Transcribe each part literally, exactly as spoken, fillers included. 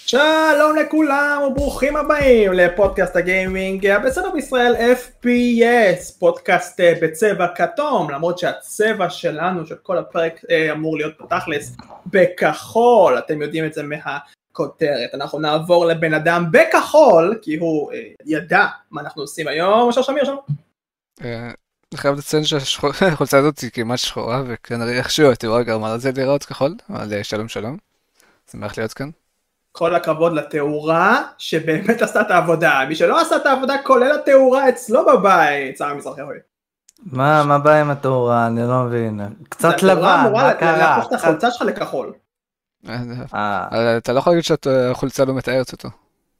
שלום לכולם וברוכים הבאים לפודקאסט הגיימינג הבסדר בישראל אף פי אס, פודקאסט בצבע כתום, למרות שהצבע שלנו של כל הפרק אמור להיות בתכלס בכחול, אתם יודעים את זה מהכותרת. אנחנו נעבור לבן אדם בכחול כי הוא ידע מה אנחנו עושים היום. אשר שמיר, שלום. אני חייב לציין שהחולצה הזאת היא כמעט שחורה וכנראה איכשהו התאורה גרמה לזה להיראות כחול, אבל שלום שלום, שמח להיות כאן. כל הכבוד לתאורה שבאמת עשתה את העבודה, מי שלא עשה את העבודה כולל התאורה אצלו בבית, צער מזרחי הוי. מה, מה בא עם התאורה? אני לא מבין. קצת לבן, מה קרה? להפוך את החולצה שלך לכחול. אתה לא יכול להגיד שהחולצה לא מתארת אותו.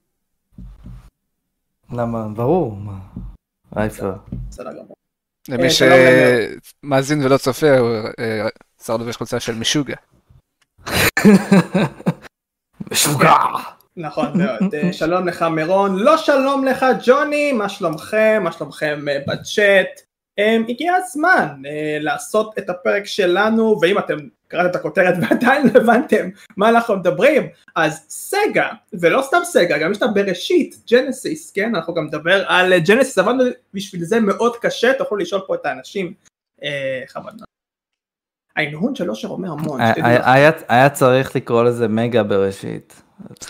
למה? ברור. איפה? בסדר גמור. למי שמאזין ולא צופה, שר לובש חולצה של משוגע. משוגע. נכון מאוד. שלום לך מירון, לא שלום לך ג'וני, מה שלומכם? מה שלומכם בצ'אט? הגיע הזמן לעשות את הפרק שלנו, ואם אתם קראתם את הכותרת ועדיין הבנתם מה אנחנו מדברים, אז סגה, ולא סתם סגה, גם יש את בראשית, ג'נסיס, כן? אנחנו גם נדבר על ג'נסיס, עבדנו בשביל זה מאוד קשה, תוכלו לשאול פה את האנשים, חמד. ההנהון שלו שאומר המון. היה צריך לקרוא לזה מגה בראשית.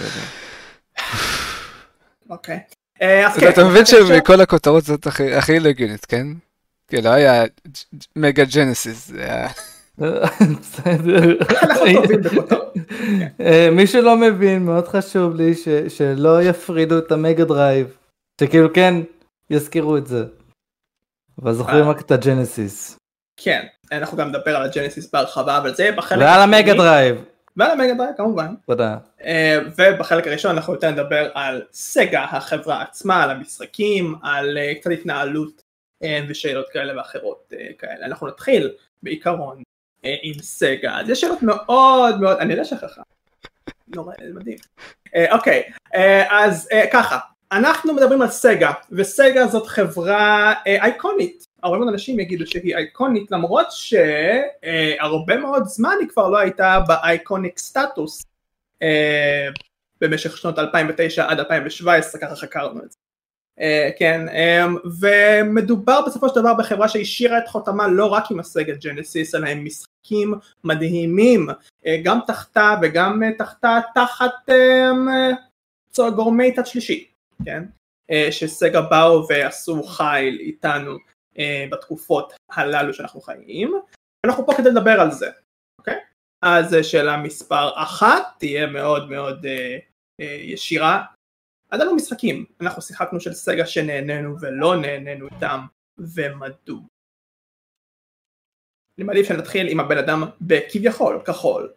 אוקיי. אתה מבין שמכל הכותרות זאת הכי לגיונית, כן? כי לא היה מגה ג'נסיס, זה היה... בסדר. אנחנו טובים בכותרות. מי שלא מבין, מאוד חשוב לי שלא יפרידו את המגה דרייב. שכאילו כן, יזכירו את זה. אבל זוכרים רק את הג'נסיס. כן, אנחנו גם נדבר על הג'נסיס בהרחבה, אבל זה בחלק... ועל המגה דרייב. ועל המגה דרייב, כמובן. תודה. ובחלק הראשון אנחנו יותר נדבר על סגה, החברה עצמה, על המשחקים, על קצת התנהלות ושאלות כאלה ואחרות כאלה. אנחנו נתחיל בעיקרון עם סגה. אז יש שאלות מאוד מאוד, אני יודע שככה. נורא, מדהים. אוקיי, אז ככה, אנחנו מדברים על סגה, וסגה זאת חברה אייקונית. הרבה מאוד אנשים יגידו שהיא אייקונית, למרות שהרבה מאוד זמן היא כבר לא הייתה באייקוניק סטטוס במשך שנות אלפיים ותשע עד אלפיים שבע עשרה, ככה חקרנו את זה. כן, ומדובר בסופו של דבר בחברה שהשאירה את חותמה לא רק עם הסגה ג'נסיס, אלא עם משחקים מדהימים, גם תחתה וגם תחתה תחת גורמי תת שלישי, כן? שסגה באו ועשו חיל איתנו בתקופות הללו שאנחנו חיים, ואנחנו פה כדי לדבר על זה, אוקיי? אז שאלה מספר אחת תהיה מאוד מאוד אה, אה, ישירה. אז לנו משחקים, אנחנו שיחקנו של סגה שנהנינו ולא נהנינו איתם, ומדוע? אני מעדיף שנתחיל עם הבן אדם בכביכול, כחול.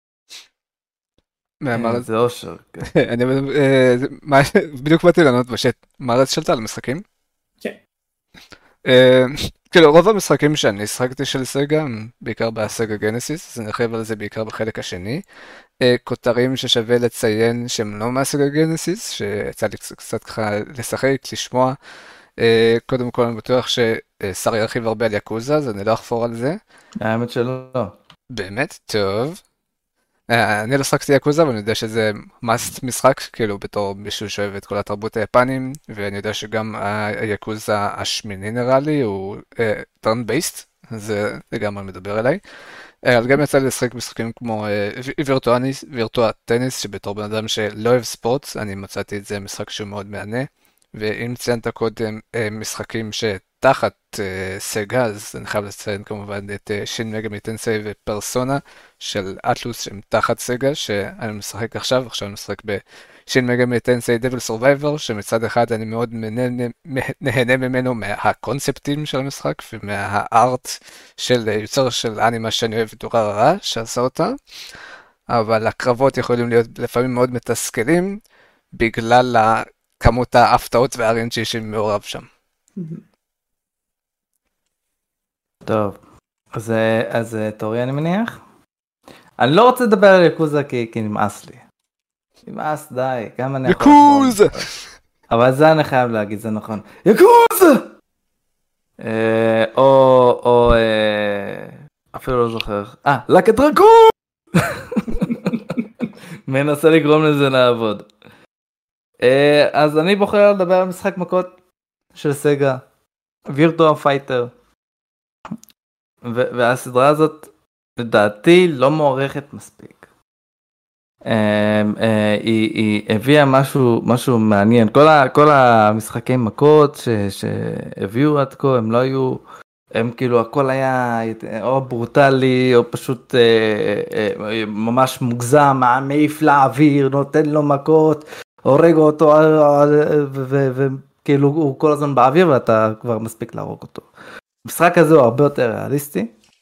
זה אושר. אני בדיוק באתי לענות בשט, מארץ שלטה על משחקים? כן. כאילו רוב המשחקים שאני שחקתי של סגה, בעיקר בסגה גנסיס, אז אני ארחיב על זה בעיקר בחלק השני. כותרים ששווה לציין שהם לא מהסגה גנסיס, שיצא לי קצת ככה לשחק, לשמוע. קודם כל אני בטוח ששר ירחיב הרבה על יקוזה, אז אני לא אחפור על זה. האמת שלא. באמת? טוב. אני לא שחקתי יקוזה, אבל אני יודע שזה מאסט משחק, כאילו בתור מישהו שאוהב את כל התרבות היפנים, ואני יודע שגם היקוזה השמיני נראה לי הוא טרן בייסט, זה לגמרי מדבר אליי. אבל גם יצא לי לשחק משחקים כמו וירטואה טניס, שבתור בן אדם שלא אוהב ספורט, אני מצאתי את זה משחק שהוא מאוד מענה, ואם ציינת קודם משחקים שתחת סגה, אז אני חייב לציין כמובן את שין מגמי טנסי ופרסונה של אטלוס שהם תחת סגה, שאני משחק עכשיו, עכשיו אני משחק בשין מגמי טנסי דבל סורווייבר, שמצד אחד אני מאוד נהנה ממנו מהקונספטים של המשחק ומהארט של יוצר של אנימה שאני אוהב את דורר הרע שעשה אותה, אבל הקרבות יכולים להיות לפעמים מאוד מתסכלים בגלל ה... כמות ההפתעות והאר אן ג'י שמעורב שם. טוב, אז, אז תורי אני מניח? אני לא רוצה לדבר על יקוזה כי, כי נמאס לי. נמאס די, גם אני יכול... יקוזה! אבל זה אני חייב להגיד, זה נכון. יקוזה! אה, או, או, אה, אפילו לא זוכר. אה, לקט דרגון! מנסה לגרום לזה לעבוד. אז אני בוחר לדבר על משחק מכות של סגה, וירטואל פייטר. והסדרה הזאת לדעתי לא מוערכת מספיק. היא הביאה משהו משהו מעניין. כל המשחקי מכות שהביאו עד כה הם לא היו, הם כאילו הכל היה או ברוטלי או פשוט ממש מוגזם, מעיף לאוויר, נותן לו מכות, הורג אותו וכאילו הוא כל הזמן באוויר ואתה כבר מספיק להרוג אותו. המשחק הזה הוא הרבה יותר ריאליסטי.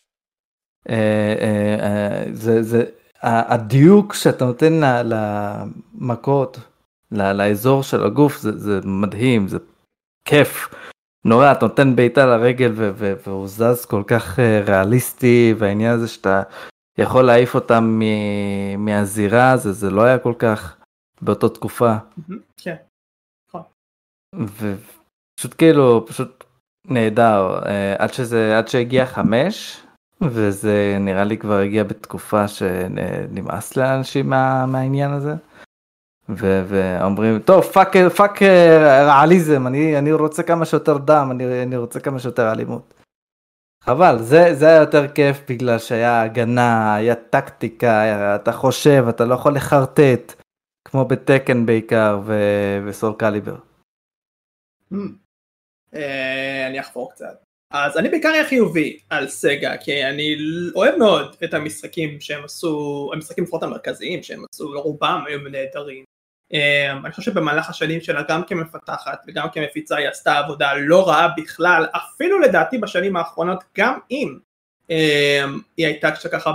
זה זה הדיוק שאתה נותן למכות, לאזור של הגוף, זה, זה מדהים, זה כיף, נורא, אתה נותן בעיטה לרגל והוא זז כל כך ריאליסטי, והעניין הזה שאתה יכול להעיף אותם מהזירה, זה, זה לא היה כל כך באותה תקופה. כן, נכון. ופשוט כאילו, פשוט נהדר, עד שזה, עד שהגיע חמש, וזה נראה לי כבר הגיע בתקופה שנמאס לאנשים מה, מהעניין הזה. ו- ואומרים, טוב, פאק, פאק ריאליזם, אני, אני רוצה כמה שיותר דם, אני, אני רוצה כמה שיותר אלימות. חבל, זה, זה היה יותר כיף בגלל שהיה הגנה, היה טקטיקה, היה, אתה חושב, אתה לא יכול לחרטט, כמו בטקן בעיקר ו- וסול קליבר. אני אחפור קצת. אז אני בעיקר היה חיובי על סגה, כי אני אוהב מאוד את המשחקים שהם עשו, המשחקים לפחות המרכזיים שהם עשו, רובם היו נהדרים. אני חושב שבמהלך השנים שלה גם כמפתחת וגם כמפיצה היא עשתה עבודה לא רעה בכלל, אפילו לדעתי בשנים האחרונות, גם אם היא הייתה קצת ככה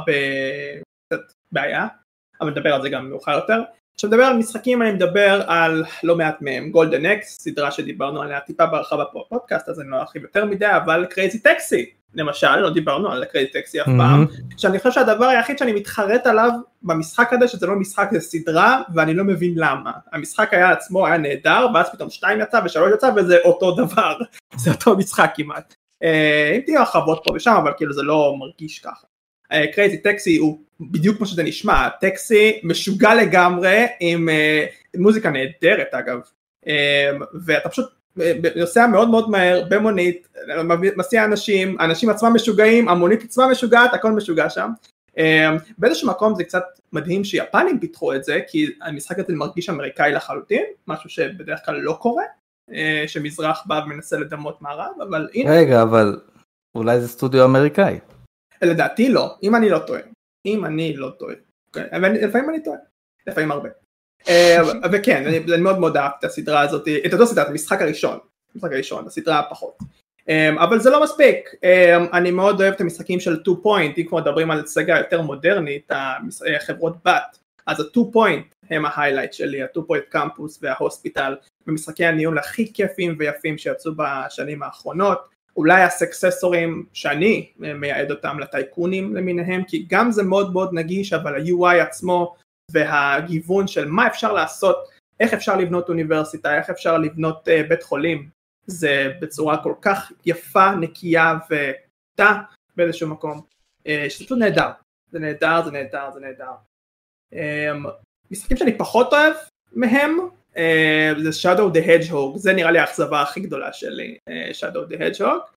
בבעיה, אבל נדבר על זה גם מאוחר יותר. כשמדבר על משחקים אני מדבר על לא מעט מהם, גולדן אקס, סדרה שדיברנו עליה טיפה בהרחבה בפודקאסט, אז אני לא ארחיב יותר מדי, אבל קרייזי טקסי, למשל, לא דיברנו על קרייזי טקסי אף פעם, שאני חושב שהדבר היחיד שאני מתחרט עליו במשחק הזה, שזה לא משחק, זה סדרה, ואני לא מבין למה. המשחק היה עצמו, היה נהדר, ואז פתאום שתיים יצא ושלוש יצא, וזה אותו דבר, זה אותו משחק כמעט. אם תהיו הרחבות פה ושם, אבל כאילו זה לא מרגיש ככה. קרייזי טקסי הוא בדיוק כמו שזה נשמע, טקסי משוגע לגמרי עם מוזיקה נהדרת אגב, ואתה פשוט נוסע מאוד מאוד מהר במונית, מסיע אנשים, האנשים עצמם משוגעים, המונית עצמה משוגעת, הכל משוגע שם. באיזשהו מקום זה קצת מדהים שיפנים פיתחו את זה, כי המשחק הזה מרגיש אמריקאי לחלוטין, משהו שבדרך כלל לא קורה, שמזרח בא ומנסה לדמות מערב, אבל הנה. רגע, אבל אולי זה סטודיו אמריקאי. לדעתי לא, אם אני לא טועה, אם אני לא טועה, לפעמים אני טועה, לפעמים הרבה. וכן, אני מאוד מאוד אהב את הסדרה הזאת, את אותו סדרה, את המשחק הראשון, המשחק הראשון, הסדרה פחות. אבל זה לא מספיק, אני מאוד אוהב את המשחקים של טו פוינט, אם כבר מדברים על סגה יותר מודרנית, החברות בת, אז ה-טו פוינט הם ההיילייט שלי, ה-טו פוינט קמפוס וההוספיטל, במשחקי הניהול הכי כיפים ויפים שיצאו בשנים האחרונות, אולי הסקססורים שאני מייעד אותם לטייקונים למיניהם, כי גם זה מאוד מאוד נגיש, אבל ה-יו איי עצמו והגיוון של מה אפשר לעשות, איך אפשר לבנות אוניברסיטה, איך אפשר לבנות uh, בית חולים, זה בצורה כל כך יפה, נקייה ותא באיזשהו מקום, uh, שזה פשוט נהדר, זה נהדר, זה נהדר, זה נהדר. Um, משחקים שאני פחות אוהב מהם, uh, זה Shadow the Hedgehog, זה נראה לי האכזבה הכי גדולה שלי, uh, Shadow the Hedgehog.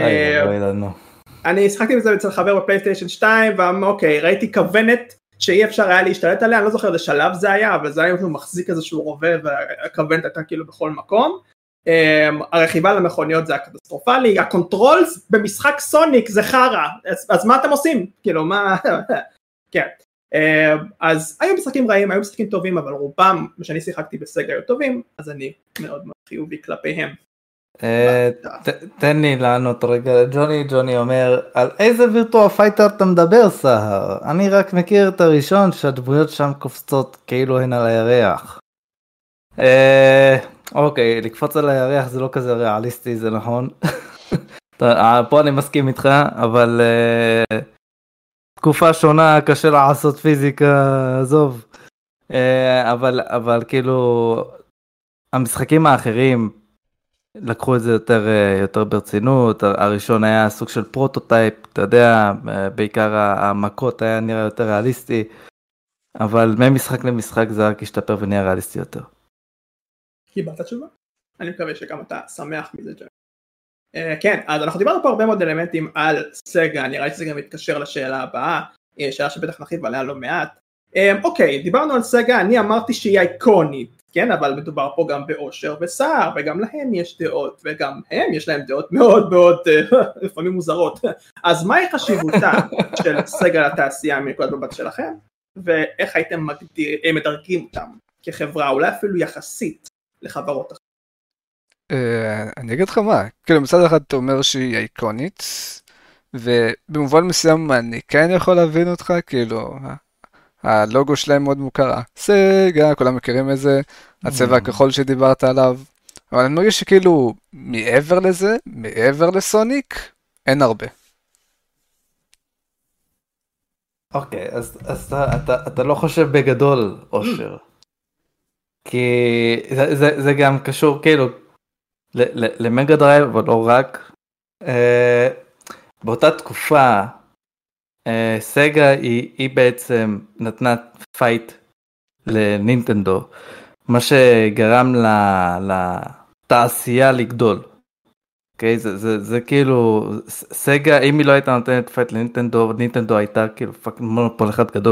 אני שחקתי בזה אצל חבר בפלייסטיישן שתיים, ואוקיי, ראיתי כוונת שאי אפשר היה להשתלט עליה, אני לא זוכר איזה שלב זה היה, אבל זה היה שהוא מחזיק איזשהו רובה, והכוונת הייתה כאילו בכל מקום. הרכיבה למכוניות זה הקטסטרופלי, הקונטרולס במשחק סוניק זה חרה, אז מה אתם עושים? כאילו מה, כן. אז היו משחקים רעים, היו משחקים טובים, אבל רובם, כשאני שיחקתי בסגה היו טובים, אז אני מאוד מאוד חיובי כלפיהם. תן לי לענות רגע, ג'וני ג'וני אומר, על איזה וירטואל פייטר אתה מדבר סהר? אני רק מכיר את הראשון שהדמויות שם קופצות כאילו הן על הירח. אוקיי, לקפוץ על הירח זה לא כזה ריאליסטי, זה נכון. פה אני מסכים איתך, אבל תקופה שונה, קשה לעשות פיזיקה, עזוב. אבל אבל כאילו המשחקים האחרים לקחו את זה יותר, יותר ברצינות, הראשון היה סוג של פרוטוטייפ, אתה יודע, בעיקר המכות היה נראה יותר ריאליסטי, אבל ממשחק למשחק זה רק השתפר ונהיה ריאליסטי יותר. קיבלת תשובה? אני מקווה שגם אתה שמח מזה, ג'וי. Uh, כן, אז אנחנו דיברנו פה הרבה מאוד אלמנטים על סגה, נראה לי שזה גם מתקשר לשאלה הבאה, שאלה שבטח נרחיב עליה לא מעט. Um, אוקיי, דיברנו על סגה, אני אמרתי שהיא אייקונית, כן, אבל מדובר פה גם באושר וסער, וגם להם יש דעות, וגם הם יש להם דעות מאוד מאוד, לפעמים מוזרות. אז מהי חשיבותה של סגה לתעשייה מנקודת מבט שלכם, ואיך הייתם מגדיר, מדרגים אותם כחברה, אולי אפילו יחסית לחברות אחרות? אני אגיד לך מה, כאילו מצד אחד אתה אומר שהיא אייקונית, ובמובן מסוים אני כן יכול להבין אותך, כאילו הלוגו שלהם מאוד מוכר, סגה, כולם מכירים איזה, הצבע הכחול שדיברת עליו, אבל אני מרגיש שכאילו מעבר לזה, מעבר לסוניק, אין הרבה. אוקיי, אז, אז אתה, אתה, אתה לא חושב בגדול, אושר. כי זה, זה, זה גם קשור כאילו למגה דרייב, אבל לא רק. אה, באותה תקופה, אה, סגה היא, היא בעצם נתנה פייט לנינטנדו, מה שגרם לתעשייה לגדול. אוקיי, זה, זה, זה כאילו, סגה, אם היא לא הייתה נותנת פייט לנינטנדו, נינטנדו הייתה כאילו פאקינג מונופול אחד גדול.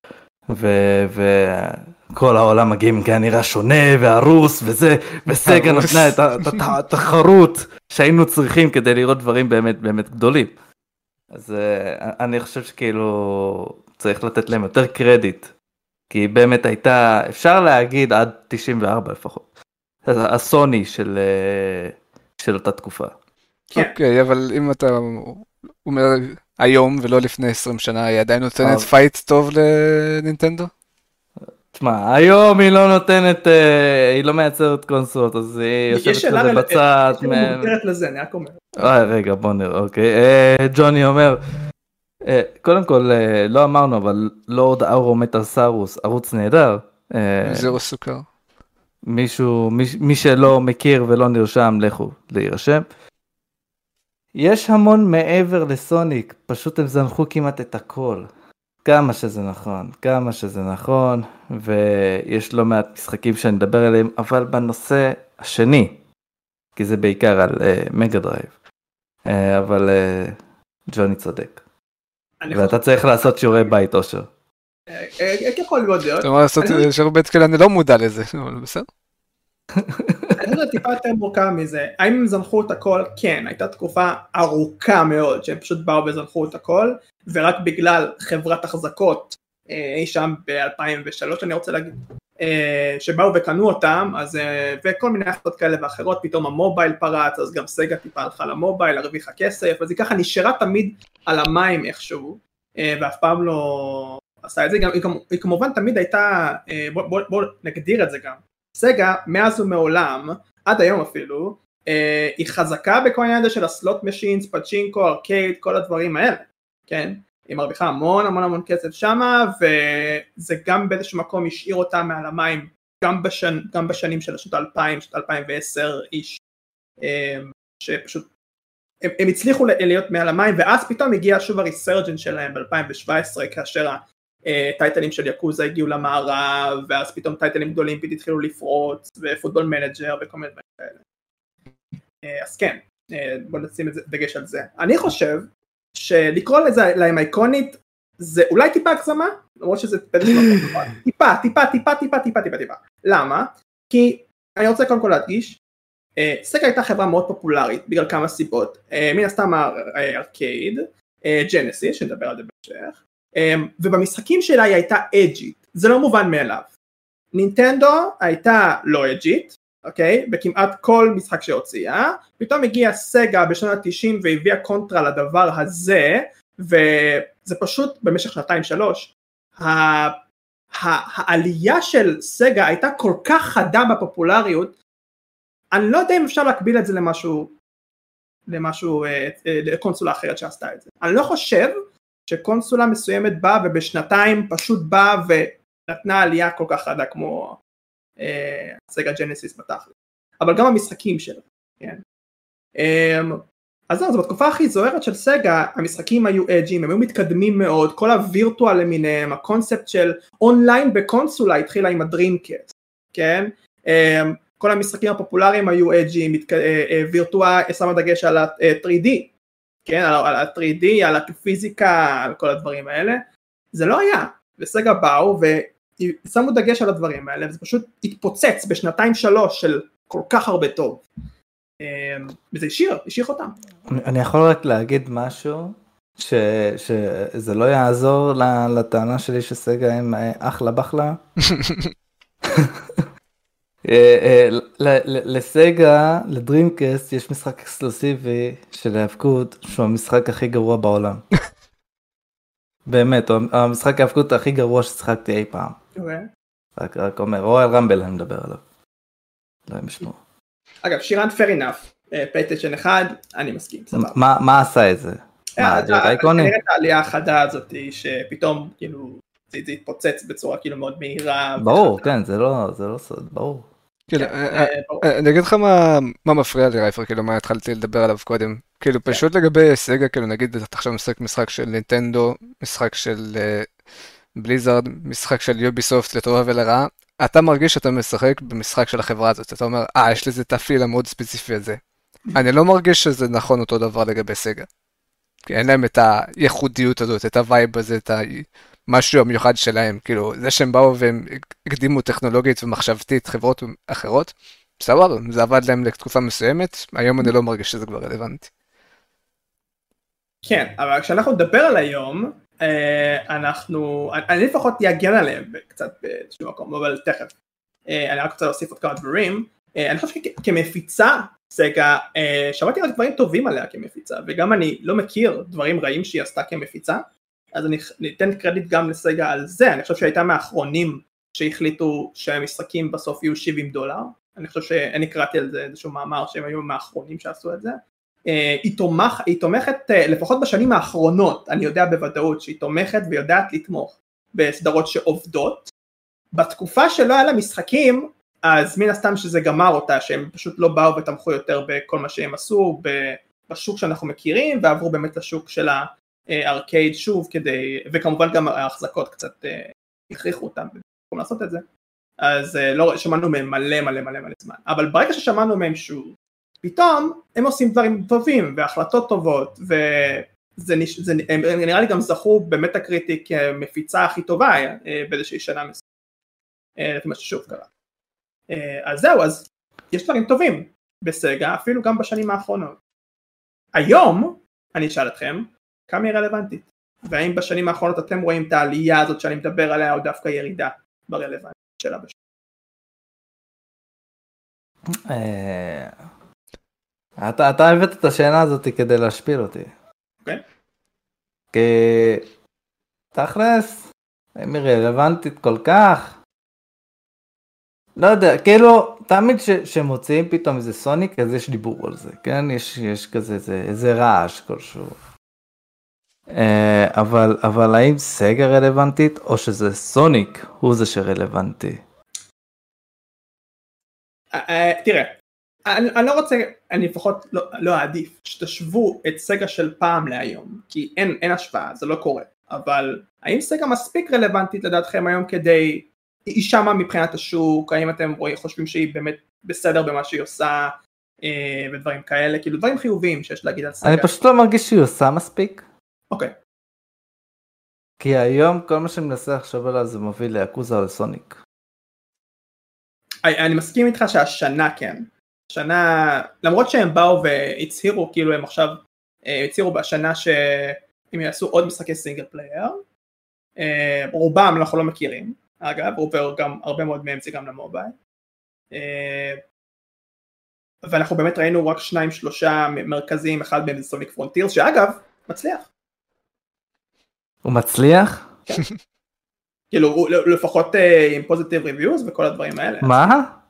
וכל העולם הגיימינג היה נראה שונה והרוס וזה, וסגה נתנה את התחרות שהיינו צריכים כדי לראות דברים באמת באמת גדולים. אז אני חושב שכאילו צריך לתת להם יותר קרדיט, כי באמת הייתה, אפשר להגיד עד תשעים וארבע לפחות, הסוני של של אותה תקופה. אוקיי, אבל אם אתה אומר היום ולא לפני עשרים שנה, היא עדיין נותנת פייט טוב לנינטנדו? תשמע, היום היא לא נותנת, היא לא מייצרת קונסולות, אז היא יושבת כזה בצד. יש שאלה מוגדרת לזה, אני רק אומר. רגע, בוא נראה, אוקיי. ג'וני אומר, קודם כל, לא אמרנו, אבל לורד אורומטרסרוס, ערוץ נהדר. זירו סוכר. מישהו, מי שלא מכיר ולא נרשם, לכו להירשם. יש המון מעבר לסוניק, פשוט הם זנחו כמעט את הכל. כמה שזה נכון, כמה שזה נכון, ויש לא מעט משחקים שאני אדבר עליהם, אבל בנושא השני, כי זה בעיקר על uh, מגה דרייב, uh, אבל uh, ג'וני צודק. ואתה צריך לעשות שיעורי בית, אושר. איך יכול להיות דעות? אתה אומר לעשות שיעורי בית כאלה, אני לא מודע לזה, אבל בסדר. אני חושב טיפה יותר מורכב מזה, האם הם זנחו את הכל? כן, הייתה תקופה ארוכה מאוד שהם פשוט באו וזנחו את הכל, ורק בגלל חברת החזקות אי שם ב-אלפיים ושלוש אני רוצה להגיד, שבאו וקנו אותם, אז, וכל מיני החלטות כאלה ואחרות, פתאום המובייל פרץ, אז גם סגה טיפה הלכה למובייל, הרוויחה כסף, אז היא ככה נשארה תמיד על המים איכשהו, ואף פעם לא עשה את זה, גם, היא כמובן תמיד הייתה, בוא, בוא, בוא נגדיר את זה גם, סגה מאז ומעולם, עד היום אפילו, אה, היא חזקה בכל העניין הזה של הסלוט משינס, פאצ'ינקו, ארקייד, כל הדברים האלה, כן? היא מרוויחה המון המון המון כסף שמה, וזה גם באיזשהו מקום השאיר אותה מעל המים, גם, בשנ, גם בשנים של שנות אלפיים, שנות אלפיים ועשר איש, אה, שפשוט, הם, הם הצליחו להיות מעל המים, ואז פתאום הגיע שוב הריסרג'ן שלהם ב-אלפיים שבע עשרה, כאשר ה... טייטלים של יקוזה הגיעו למערב, ואז פתאום טייטלים גדולים פתאום התחילו לפרוץ, ופוטבול מנג'ר וכל מיני דברים כאלה. אז כן, בוא נשים את זה, דגש על זה. אני חושב שלקרוא לזה להם אייקונית, זה אולי טיפה הגזמה, למרות שזה טיפה, טיפה, טיפה, טיפה, טיפה, טיפה, טיפה. למה? כי אני רוצה קודם כל להדגיש, סגה הייתה חברה מאוד פופולרית, בגלל כמה סיבות. מן הסתם הארקייד, ג'נסיס, שנדבר על זה בהמשך, ובמשחקים שלה היא הייתה אג'ית, זה לא מובן מאליו. נינטנדו הייתה לא אג'ית, אוקיי? בכמעט כל משחק שהוציאה, פתאום הגיעה סגה בשנות ה-תשעים והביאה קונטרה לדבר הזה, וזה פשוט במשך שנתיים שלוש, העלייה של סגה הייתה כל כך חדה בפופולריות, אני לא יודע אם אפשר להקביל את זה למשהו, למשהו, לקונסולה אחרת שעשתה את זה. אני לא חושב שקונסולה מסוימת באה ובשנתיים פשוט באה ונתנה עלייה כל כך חדה כמו אה, סגה ג'נסיס בתכל'ס. אבל גם המשחקים שלה, כן. אה, אז זהו, בתקופה הכי זוהרת של סגה, המשחקים היו אג'ים, הם היו מתקדמים מאוד, כל הווירטואל למיניהם, הקונספט של אונליין בקונסולה התחילה עם הדרימקאסט, כן? כל המשחקים הפופולריים היו אג'ים, וירטואל שמה דגש על ה-תרי די, כן? על ה-תרי די, על הפיזיקה, על כל הדברים האלה, זה לא היה, וסגה באו ושמו דגש על הדברים האלה, וזה פשוט התפוצץ בשנתיים שלוש של כל כך הרבה טוב. וזה השאיר, השאיר אותם. אני יכול רק להגיד משהו, שזה לא יעזור לטענה שלי שסגה הם אחלה בחלה. לסגה, לדרימקאסט, יש משחק אקסקלוסיבי של האבקות, שהוא המשחק הכי גרוע בעולם. באמת, המשחק האבקות הכי גרוע ששחקתי אי פעם. רק אומר, רואל רמבל אני מדבר עליו. לא הם ישמעו. אגב, שירן fair enough, פלייסטיישן אחד, אני מסכים, סבבה. מה עשה את זה? כנראה את העלייה החדה הזאת, שפתאום כאילו זה התפוצץ בצורה כאילו מאוד מהירה. ברור, כן, זה לא סוד, ברור. אני אגיד לך מה מפריע לי רייפר, כאילו מה התחלתי לדבר עליו קודם, כאילו פשוט לגבי סגה, כאילו נגיד אתה עכשיו משחק משחק של נינטנדו, משחק של בליזארד, משחק של יוביסופט לטובה ולרעה, אתה מרגיש שאתה משחק במשחק של החברה הזאת, אתה אומר, אה, יש לזה תפליל המאוד ספציפי הזה. אני לא מרגיש שזה נכון אותו דבר לגבי סגה. כי אין להם את הייחודיות הזאת, את הווייב הזה, את המשהו המיוחד שלהם. כאילו, זה שהם באו והם הקדימו טכנולוגית ומחשבתית חברות אחרות, בסדר, זה עבד להם לתקופה מסוימת, היום אני לא מרגיש שזה כבר רלוונטי. כן, אבל כשאנחנו נדבר על היום, אנחנו, אני לפחות יגן עליהם קצת באיזשהו מקום, אבל תכף, אני רק רוצה להוסיף עוד כמה דברים. אני חושב שכמפיצה, סגה, שמעתי רק דברים טובים עליה כמפיצה, וגם אני לא מכיר דברים רעים שהיא עשתה כמפיצה, אז אני ניתן קרדיט גם לסגה על זה. אני חושב שהייתה מהאחרונים שהחליטו שהמשחקים בסוף יהיו שבעים דולר, אני חושב שאני קראתי על זה איזשהו מאמר שהם היו מהאחרונים שעשו את זה. היא, תומך, היא תומכת, לפחות בשנים האחרונות, אני יודע בוודאות שהיא תומכת ויודעת לתמוך בסדרות שעובדות. בתקופה שלא היה לה משחקים, אז מן הסתם שזה גמר אותה, שהם פשוט לא באו ותמכו יותר בכל מה שהם עשו, בשוק שאנחנו מכירים, ועברו באמת לשוק של הארקייד שוב, כדי, וכמובן גם ההחזקות קצת הכריחו אותם במקום לעשות את זה. אז לא שמענו מהם מלא מלא מלא מלא זמן, אבל ברגע ששמענו מהם שוב, פתאום הם עושים דברים טובים והחלטות טובות, וזה זה, הם נראה לי גם זכו באמת הקריטי כמפיצה הכי טובה באיזושהי שנה מסוימת, לפי מה ששוב קרה. אז זהו, אז יש דברים טובים בסגה, אפילו גם בשנים האחרונות. היום אני אשאל אתכם כמה היא רלוונטית, והאם בשנים האחרונות אתם רואים את העלייה הזאת שאני מדבר עליה, או דווקא ירידה ברלוונטית שלה בשנה. אתה, אתה הבאת את השאלה הזאת כדי להשפיל אותי. אוקיי. כי תכלס, אם היא רלוונטית כל כך, לא יודע, כאילו, תמיד שמוציאים פתאום איזה סוניק, אז יש דיבור על זה, כן? יש, יש כזה, איזה, איזה רעש כלשהו. אבל, אבל האם סגה רלוונטית, או שזה סוניק הוא זה שרלוונטי? תראה, אני, אני לא רוצה, אני לפחות לא, לא אעדיף שתשוו את סגה של פעם להיום, כי אין, אין השוואה, זה לא קורה. אבל האם סגה מספיק רלוונטית לדעתכם היום כדי, היא שמה מבחינת השוק, האם אתם רואים, חושבים שהיא באמת בסדר במה שהיא עושה, אה, ודברים כאלה, כאילו דברים חיוביים שיש להגיד על סגה. אני פשוט לא מרגיש שהיא עושה מספיק. אוקיי. כי היום כל מה שאני מנסה לחשוב עליו זה מוביל ליאקוזה או לסוניק. אני, אני מסכים איתך שהשנה כן. שנה, למרות שהם באו והצהירו, כאילו הם עכשיו הצהירו בשנה שהם יעשו עוד משחקי סינגל פלייר, רובם אנחנו לא מכירים, אגב, וגם הרבה מאוד מהם זה גם למובייל, ואנחנו באמת ראינו רק שניים שלושה מרכזיים, אחד מהם זה סוניק פרונטירס, שאגב, מצליח. הוא מצליח? כן. כאילו, לפחות עם פוזיטיב ריוויוז וכל הדברים האלה. מה?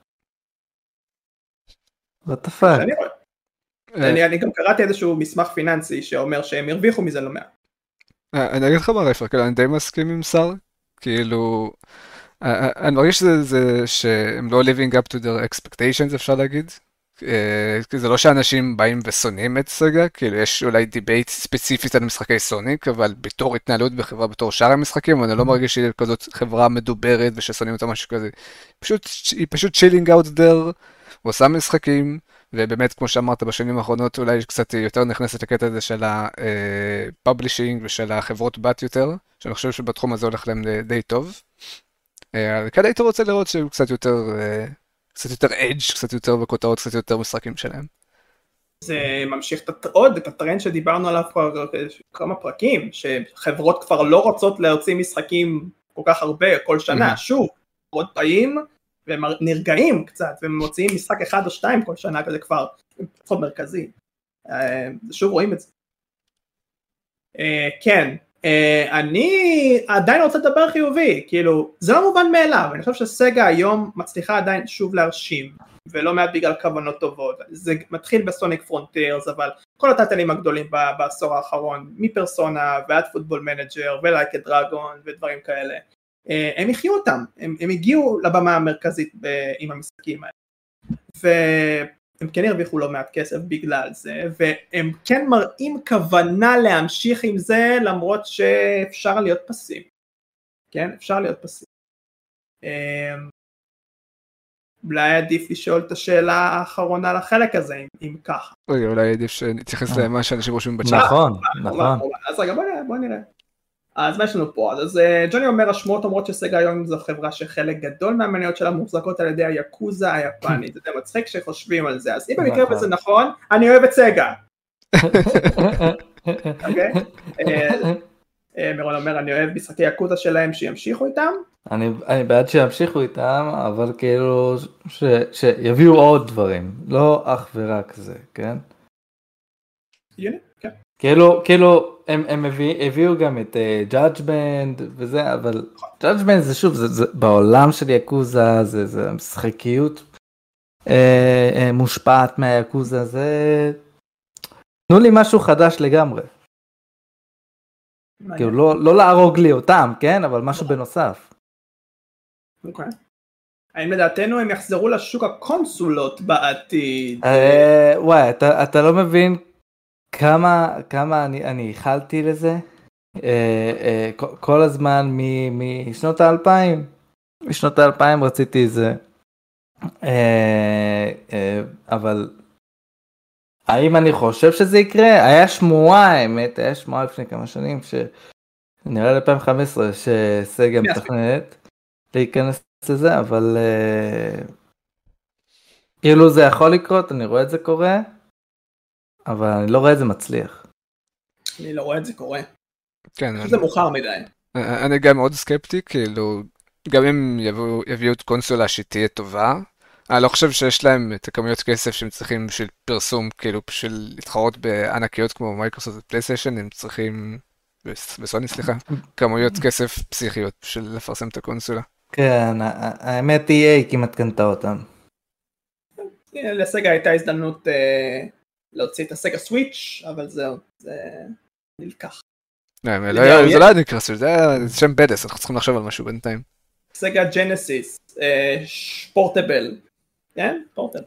what the fuck? אני רואה. אני, אני גם קראתי איזשהו מסמך פיננסי שאומר שהם הרוויחו מזה לא מעט. אני אגיד לך מה רפר, כאילו אני די מסכים עם שר, כאילו, אני מרגיש שזה שהם לא living up to their expectations אפשר להגיד, זה לא שאנשים באים ושונאים את סגה, כאילו יש אולי דיבייט ספציפית על משחקי סוניק, אבל בתור התנהלות בחברה, בתור שאר המשחקים, אני לא מרגיש שהיא כזאת חברה מדוברת וששונאים אותה משהו כזה. פשוט, היא פשוט chilling out there, ועושה משחקים, ובאמת כמו שאמרת בשנים האחרונות אולי קצת יותר נכנסת לקטע הזה של הפאבלישינג ושל החברות בת יותר, שאני חושב שבתחום הזה הולך להם די טוב. כאלה הייתי רוצה לראות שהוא קצת יותר... קצת יותר אדג', קצת יותר בכותרות, קצת יותר משחקים שלהם. זה ממשיך עוד את הטרנד שדיברנו עליו כבר כמה פרקים, שחברות כבר לא רוצות להוציא משחקים כל כך הרבה כל שנה, שוב, עוד פעמים, והם נרגעים קצת, והם מוציאים משחק אחד או שתיים כל שנה, כזה כבר פחות מרכזי. שוב רואים את זה. כן, אני עדיין רוצה לדבר חיובי, כאילו, זה לא מובן מאליו, אני חושב שסגה היום מצליחה עדיין שוב להרשים, ולא מעט בגלל כוונות טובות, זה מתחיל בסוניק פרונטירס, אבל כל הטייטלים הגדולים בעשור האחרון, מפרסונה ועד פוטבול מנג'ר ולייק א דרגון ודברים כאלה, הם יחיו אותם, הם, הם הגיעו לבמה המרכזית עם המשחקים האלה, והם כן הרוויחו לא מעט כסף בגלל זה, והם כן מראים כוונה להמשיך עם זה, למרות שאפשר להיות פסיב, כן, אפשר להיות פסיב. אולי עדיף לשאול את השאלה האחרונה לחלק הזה, אם, אם ככה. רגע, אולי עדיף שנתייחס למה שאנשים רושמים בצ'אט. נכון, נכון. אז רגע, בוא נראה, בוא נראה. אז מה יש לנו פה? אז ג'וני אומר, השמועות אומרות שסגה היום זו חברה שחלק גדול מהמניות שלה מוחזקות על ידי היאקוזה היפנית. זה מצחיק שחושבים על זה. אז אם במקרה וזה נכון, אני אוהב את סגה. אוקיי? מירון אומר, אני אוהב משחקי יאקוזה שלהם שימשיכו איתם. אני, אני בעד שימשיכו איתם, אבל כאילו ש, שיביאו עוד דברים, לא אך ורק זה, כן? הנה, כן. כאילו, כאילו הם, הם הביא, הביאו גם את uh, Judgment וזה, אבל Judgment זה שוב, זה, זה, בעולם של יאקוזה, זה, זה משחקיות uh, uh, מושפעת מהיאקוזה, זה... תנו לי משהו חדש לגמרי. כאילו, לא, לא להרוג לי אותם, כן? אבל משהו בנוסף. אוקיי. האם לדעתנו הם יחזרו לשוק הקונסולות בעתיד? וואי, אתה, אתה לא מבין כמה, כמה אני, אני איחלתי לזה. כל הזמן משנות האלפיים. משנות האלפיים רציתי זה. אבל האם אני חושב שזה יקרה? היה שמועה, האמת, היה שמועה לפני כמה שנים, שנראה ל-אלפיים וחמש עשרה שסגה מתכננת להיכנס לזה, אבל כאילו זה יכול לקרות, אני רואה את זה קורה, אבל אני לא רואה את זה מצליח. אני לא רואה את זה קורה. כן. זה מאוחר מדי. אני גם מאוד סקפטי, כאילו, גם אם יביאו את קונסולה שתהיה טובה, אני לא חושב שיש להם את הכמויות כסף שהם צריכים בשביל פרסום, כאילו בשביל להתחרות בענקיות כמו מייקרוסופט ופלייסטיישן, הם צריכים, בסוני סליחה, כמויות כסף פסיכיות בשביל לפרסם את הקונסולה. כן, האמת אי איי כמעט קנתה אותם. לסגה הייתה הזדמנות להוציא את הסגה סוויץ', אבל זהו, זה נלקח. זה לא היה נקרא סוויץ', זה היה שם בדס, אנחנו צריכים לחשוב על משהו בינתיים. סגה ג'נסיס, פורטבל. כן? פורטבל.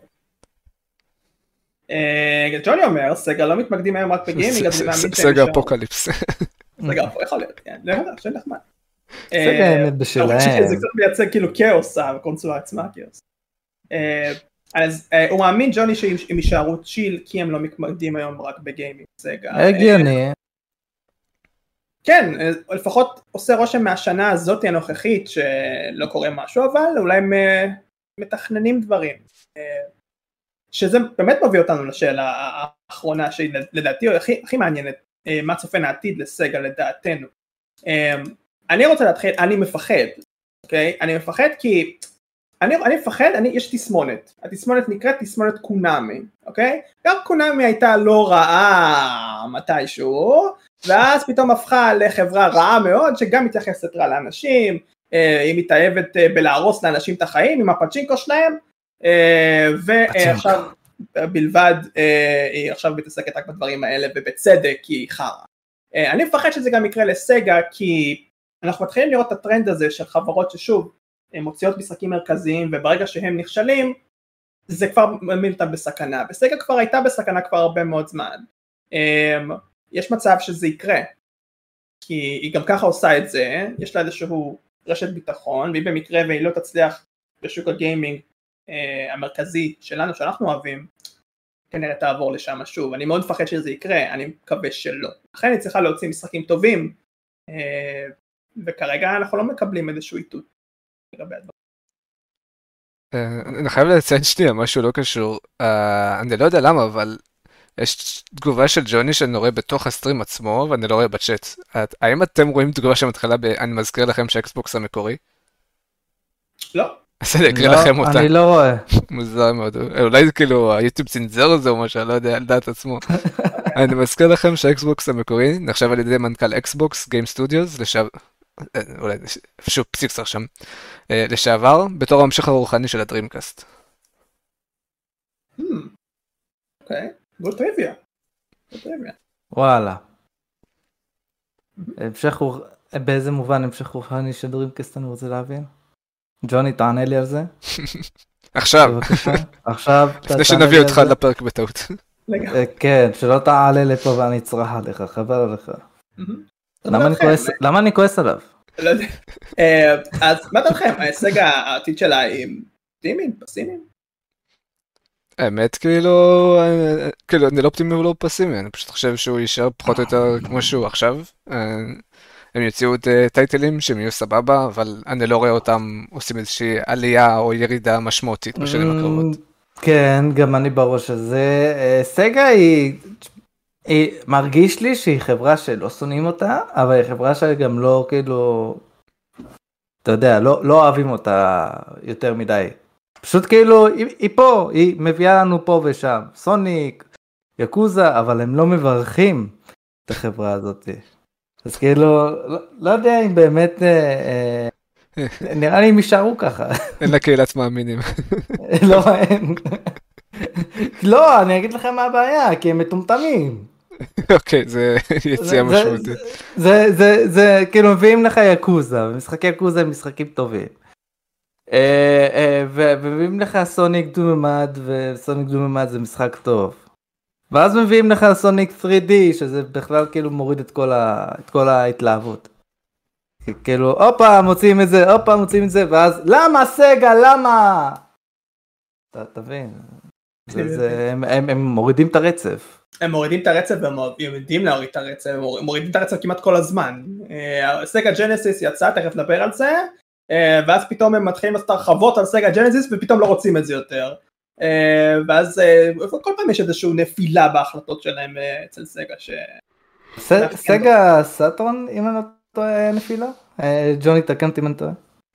ג'וני אומר, סגה לא מתמקדים היום רק בגיימינג, סגה אפוקליפס. סגה אפוקליפס, יכול להיות, כן, זה נחמד. סגה האמת בשלהם. זה קצת מייצג כאילו כאוס, הקונסולה עצמה כאוס. אז הוא מאמין ג'וני שהם יישארו צ'יל, כי הם לא מתמקדים היום רק בגיימינג, סגה. הגיוני. כן, לפחות עושה רושם מהשנה הזאת הנוכחית שלא קורה משהו, אבל אולי הם מתכננים דברים. שזה באמת מביא אותנו לשאלה האחרונה, שלדעתי הכי, הכי מעניינת, מה צופן העתיד לסגה לדעתנו. אני רוצה להתחיל, אני מפחד, אוקיי? אני מפחד כי, אני, אני מפחד, אני, יש תסמונת. התסמונת נקראת תסמונת קונאמי, אוקיי? גם קונאמי הייתה לא רעה מתישהו, ואז פתאום הפכה לחברה רעה מאוד, שגם מתייחסת רע לאנשים, היא מתאהבת בלהרוס לאנשים את החיים עם הפצ'ינקו שלהם, ועכשיו בלבד היא עכשיו מתעסקת רק בדברים האלה, ובצדק היא חרה. אני מפחד שזה גם יקרה לסגה, כי אנחנו מתחילים לראות את הטרנד הזה של חברות ששוב, הן מוציאות משחקים מרכזיים, וברגע שהם נכשלים, זה כבר מעמיד אותם בסכנה, וסגה כבר הייתה בסכנה כבר הרבה מאוד זמן. יש מצב שזה יקרה, כי היא גם ככה עושה את זה, יש לה איזשהו רשת ביטחון, והיא במקרה והיא לא תצליח בשוק הגיימינג המרכזי שלנו, שאנחנו אוהבים, כנראה תעבור לשם שוב. אני מאוד מפחד שזה יקרה, אני מקווה שלא. לכן היא צריכה להוציא משחקים טובים, וכרגע אנחנו לא מקבלים איזשהו איתות לגבי הדבר. אני חייב לציין שנייה, משהו לא קשור. אני לא יודע למה, אבל יש תגובה של ג'וני שאני רואה בתוך הסטרים עצמו, ואני לא רואה בצ'אט. האם אתם רואים תגובה שמתחילה ב... אני מזכיר לכם שהאקסבוקס המקורי? לא. אז אני אקריא לכם אותה. אני לא רואה. מוזר מאוד. אולי כאילו היוטיוב צנזר הזה או משהו, אני לא יודע על דעת עצמו. אני מזכיר לכם שהאקסבוקס המקורי נחשב על ידי מנכ"ל אקסבוקס, גיים סטודיוס, לשעבר, אולי איפשהו פסיקסר שם, לשעבר, בתור המשך הרוחני של הדרימקאסט. אוקיי, גוד טריוויה. וואלה. המשך, באיזה מובן המשך רוחני של דרימקאסט אני רוצה להבין? ג'וני, תענה לי על זה. עכשיו. בבקשה. עכשיו. לפני שנביא אותך לפרק בטעות. כן, שלא תעלה לפה ואני אצרח עליך, חבל עליך. למה אני כועס עליו? לא יודע. אז מה דעתכם? ההישג העתיד שלה עם טימים, פסימים? האמת, כאילו, כאילו, אני לא אופטימי ולא פסימי, אני פשוט חושב שהוא יישאר פחות או יותר כמו שהוא עכשיו. הם יוציאו את טייטלים שהם יהיו סבבה, אבל אני לא רואה אותם עושים איזושהי עלייה או ירידה משמעותית בשנים הקרובות. כן, גם אני בראש הזה. סגה היא, היא מרגיש לי שהיא חברה שלא שונאים אותה, אבל היא חברה שגם לא, כאילו, אתה יודע, לא, לא אוהבים אותה יותר מדי. פשוט כאילו, היא, היא פה, היא מביאה לנו פה ושם. סוניק, יקוזה, אבל הם לא מברכים את החברה הזאת. אז כאילו, לא, לא יודע אם באמת, אה, אה, נראה לי הם יישארו ככה. אין לה קהילת מאמינים. לא, אין. לא, אני אגיד לכם מה הבעיה, כי הם מטומטמים. אוקיי, זה יציאה משמעותית. זה, זה, זה, כאילו, מביאים לך יקוזה, ומשחקי יקוזה הם משחקים טובים. ומביאים לך סוניק דו-ממד, וסוניק דו-ממד זה משחק טוב. ואז מביאים לך סוניק תרי די, שזה בכלל כאילו מוריד את כל, ה, את כל ההתלהבות. כאילו, אופה, מוצאים את זה, אופה, מוצאים את זה, ואז, למה סגה, למה? אתה תבין. זה, זה, הם, הם, הם מורידים את הרצף. הם מורידים את הרצף, והם יודעים להוריד את הרצף, הם מורידים את הרצף כמעט כל הזמן. סגה ג'נסיס יצא, תכף נדבר על זה, ואז פתאום הם מתחילים לעשות הרחבות על סגה ג'נסיס, ופתאום לא רוצים את זה יותר. ואז כל פעם יש איזושהי נפילה בהחלטות שלהם אצל סגה. סגה סאטרון, אם אני לא טועה, נפילה? ג'וני, תקן אותי אם אני טועה.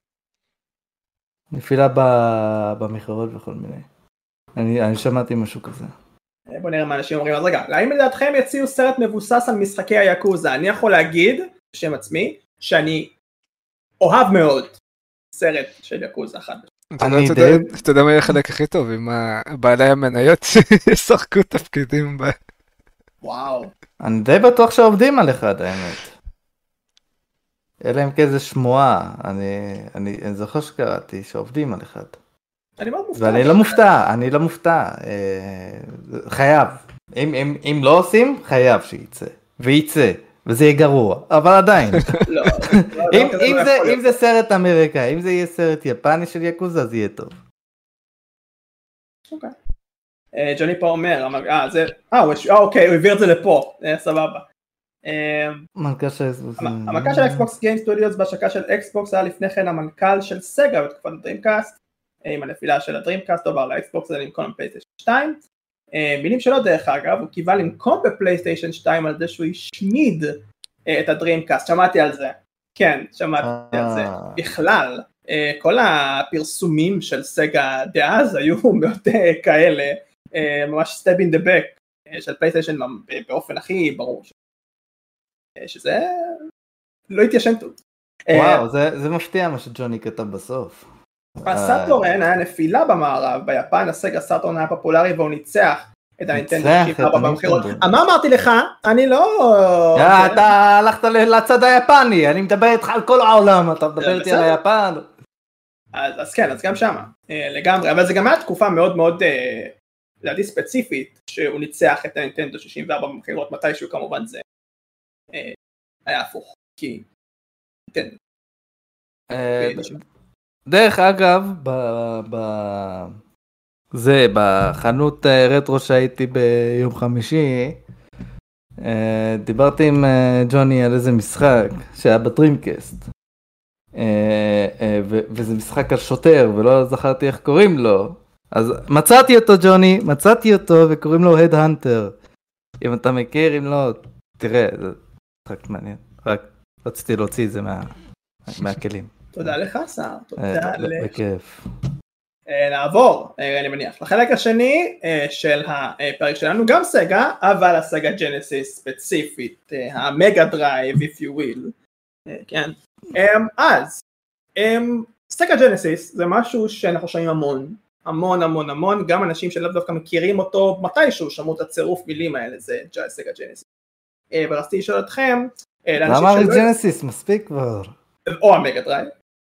נפילה במכירות וכל מיני. אני שמעתי משהו כזה. בוא נראה מה אנשים אומרים. אז רגע, האם לדעתכם יציעו סרט מבוסס על משחקי היקוזה? אני יכול להגיד, בשם עצמי, שאני אוהב מאוד סרט של יקוזה אחד. אתה יודע מה יהיה החלק הכי טוב, אם בעלי המניות ישחקו תפקידים בה. וואו. אני די בטוח שעובדים על אחד, האמת. אלא אם כאיזה שמועה, אני זוכר שקראתי שעובדים על אחד. אני מאוד מופתע. ואני לא מופתע, אני לא מופתע. חייב. אם לא עושים, חייב שייצא. וייצא. וזה יהיה גרוע, אבל עדיין. אם זה סרט אמריקאי, אם זה יהיה סרט יפני של יקוזה, זה יהיה טוב. אוקיי. ג'וני פה אומר, אה, זה, אה, אוקיי, הוא העביר את זה לפה, סבבה. המנכ"ל של אקסבוקס. המנכ"ל של אקסבוקס גיים סטודיוס בהשקה של אקסבוקס היה לפני כן המנכ"ל של סגה בתקופת הדרימקאסט, עם הנפילה של הדרימקאסט עבר לאקסבוקס זה למקום בפלייסטיישן שתיים. מילים שלו דרך אגב, הוא קיבל למקום בפלייסטיישן שתיים על זה שהוא השמיד את הדרימקאסט, שמעתי על זה, כן, שמעתי על זה. בכלל, כל הפרסומים של סגה דאז היו מאוד כאלה, ממש stab in the back של פלייסטיישן באופן הכי ברור, שזה לא התיישן טוב. וואו, זה מפתיע מה שג'וני כתב בסוף. הסאטורן היה נפילה במערב, ביפן הסגה סאטורן היה פופולרי והוא ניצח את הנינטנדו שישים וארבע במחירות. מה אמרתי לך? אני לא... אתה הלכת לצד היפני, אני מדבר איתך על כל העולם, אתה מדבר איתי על היפן. אז, אז כן, אז גם שמה, לגמרי, אבל זה גם היה תקופה מאוד מאוד, לדעתי ספציפית, שהוא ניצח את הנינטנדו שישים וארבע במחירות, מתישהו כמובן זה היה הפוך, כי נינטנדו. דרך אגב, זה, בחנות רטרו שהייתי ביום חמישי, דיברתי עם ג'וני על איזה משחק שהיה בדרימקאסט, וזה משחק על שוטר ולא זכרתי איך קוראים לו, אז מצאתי אותו ג'וני, מצאתי אותו וקוראים לו הד הנטר, אם אתה מכיר, אם לא, תראה, זה משחק מעניין, רק רציתי להוציא את זה מהכלים. תודה לך שר, תודה לך. בכיף. נעבור, אני מניח, לחלק השני של הפרק שלנו, גם סגה, אבל הסגה ג'נסיס ספציפית, המגה דרייב, if you will, כן, אז, סגה ג'נסיס זה משהו שאנחנו שומעים המון, המון המון המון, גם אנשים שלא דווקא מכירים אותו מתישהו, שמעו את הצירוף מילים האלה, זה סגה ג'נסיס. ורציתי לשאול אתכם, למה על ג'נסיס? מספיק כבר. או המגה דרייב.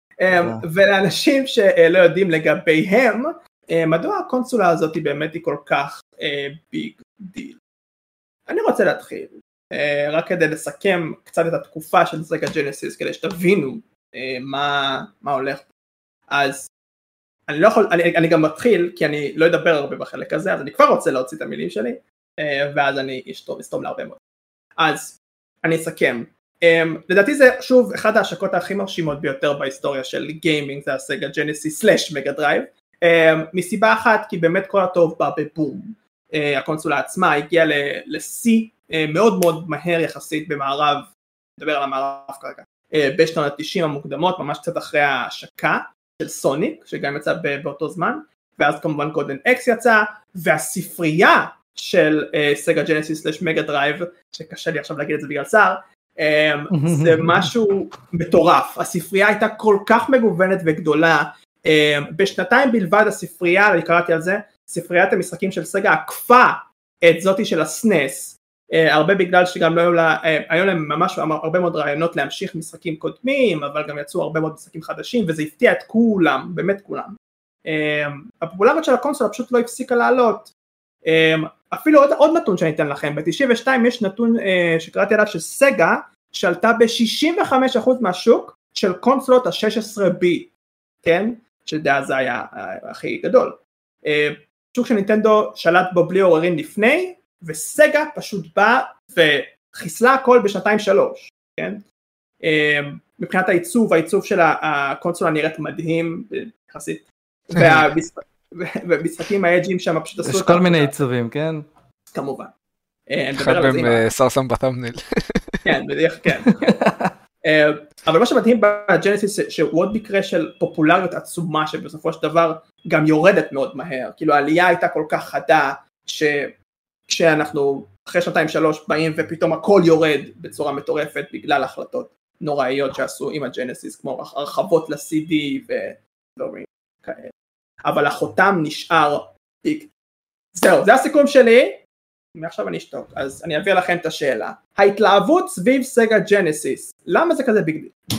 ולאנשים שלא יודעים לגביהם, מדוע הקונסולה הזאת באמת היא כל כך ביג דיל. אני רוצה להתחיל, רק כדי לסכם קצת את התקופה של סגה ג'נסיס, כדי שתבינו מה, מה הולך. אז אני לא יכול, אני, אני גם מתחיל, כי אני לא אדבר הרבה בחלק הזה, אז אני כבר רוצה להוציא את המילים שלי, ואז אני אשתום, אסתום להרבה מאוד. אז אני אסכם. Um, לדעתי זה שוב אחד ההשקות הכי מרשימות ביותר בהיסטוריה של גיימינג, זה הסגה ג'נסיס סלאש מגה דרייב, um, מסיבה אחת כי באמת כל הטוב בא בבום, uh, הקונסולה עצמה הגיעה ל-C uh, מאוד מאוד מהר יחסית במערב, נדבר על המערב כרגע, uh, בשנות ה-תשעים המוקדמות, ממש קצת אחרי ההשקה של סוניק, שגם יצא באותו זמן, ואז כמובן קודן אקס יצא, והספרייה של uh, סגה ג'נסיס סלאש מגה דרייב, שקשה לי עכשיו להגיד את זה בגלל צער, Um, זה משהו מטורף, הספרייה הייתה כל כך מגוונת וגדולה, um, בשנתיים בלבד הספרייה, אני קראתי על זה, ספריית המשחקים של סגה עקפה את זאתי של הסנס, uh, הרבה בגלל שגם לא היו לה, uh, היו להם ממש הרבה מאוד רעיונות להמשיך משחקים קודמים, אבל גם יצאו הרבה מאוד משחקים חדשים, וזה הפתיע את כולם, באמת כולם. um, הפופולריות של הקונסולה פשוט לא הפסיקה לעלות, um, אפילו עוד, עוד נתון שאני אתן לכם, ב-תשעים ושתיים יש נתון אה, שקראתי עליו שסגה שלטה ב-שישים וחמישה אחוז מהשוק של קונסולות ה-שש עשרה בי, כן? שדעה זה היה אה, הכי גדול. אה, שוק של נינטנדו שלט בו בלי עוררין לפני, וסגה פשוט בא וחיסלה הכל בשנתיים שלוש, כן? אה, מבחינת העיצוב, העיצוב של הקונסולה נראית מדהים, יחסית, והמשחק, ומשחקים האג'ים שם פשוט עשו... יש כל מיני עיצובים, כן? כמובן. אחד מהם סרסם בתמניל. כן, בדיוק, כן. אבל מה שמדהים בג'נסיס שהוא עוד מקרה של פופולריות עצומה שבסופו של דבר גם יורדת מאוד מהר. כאילו העלייה הייתה כל כך חדה שכשאנחנו אחרי שנתיים שלוש באים ופתאום הכל יורד בצורה מטורפת בגלל החלטות נוראיות שעשו עם הג'נסיס, כמו הרחבות ל-סי די ודברים כאלה. אבל החותם נשאר ביג. זהו, זה הסיכום שלי, מעכשיו אני אשתוק, אז אני אעביר לכם את השאלה. ההתלהבות סביב סגה ג'נסיס, למה זה כזה ביג דיל?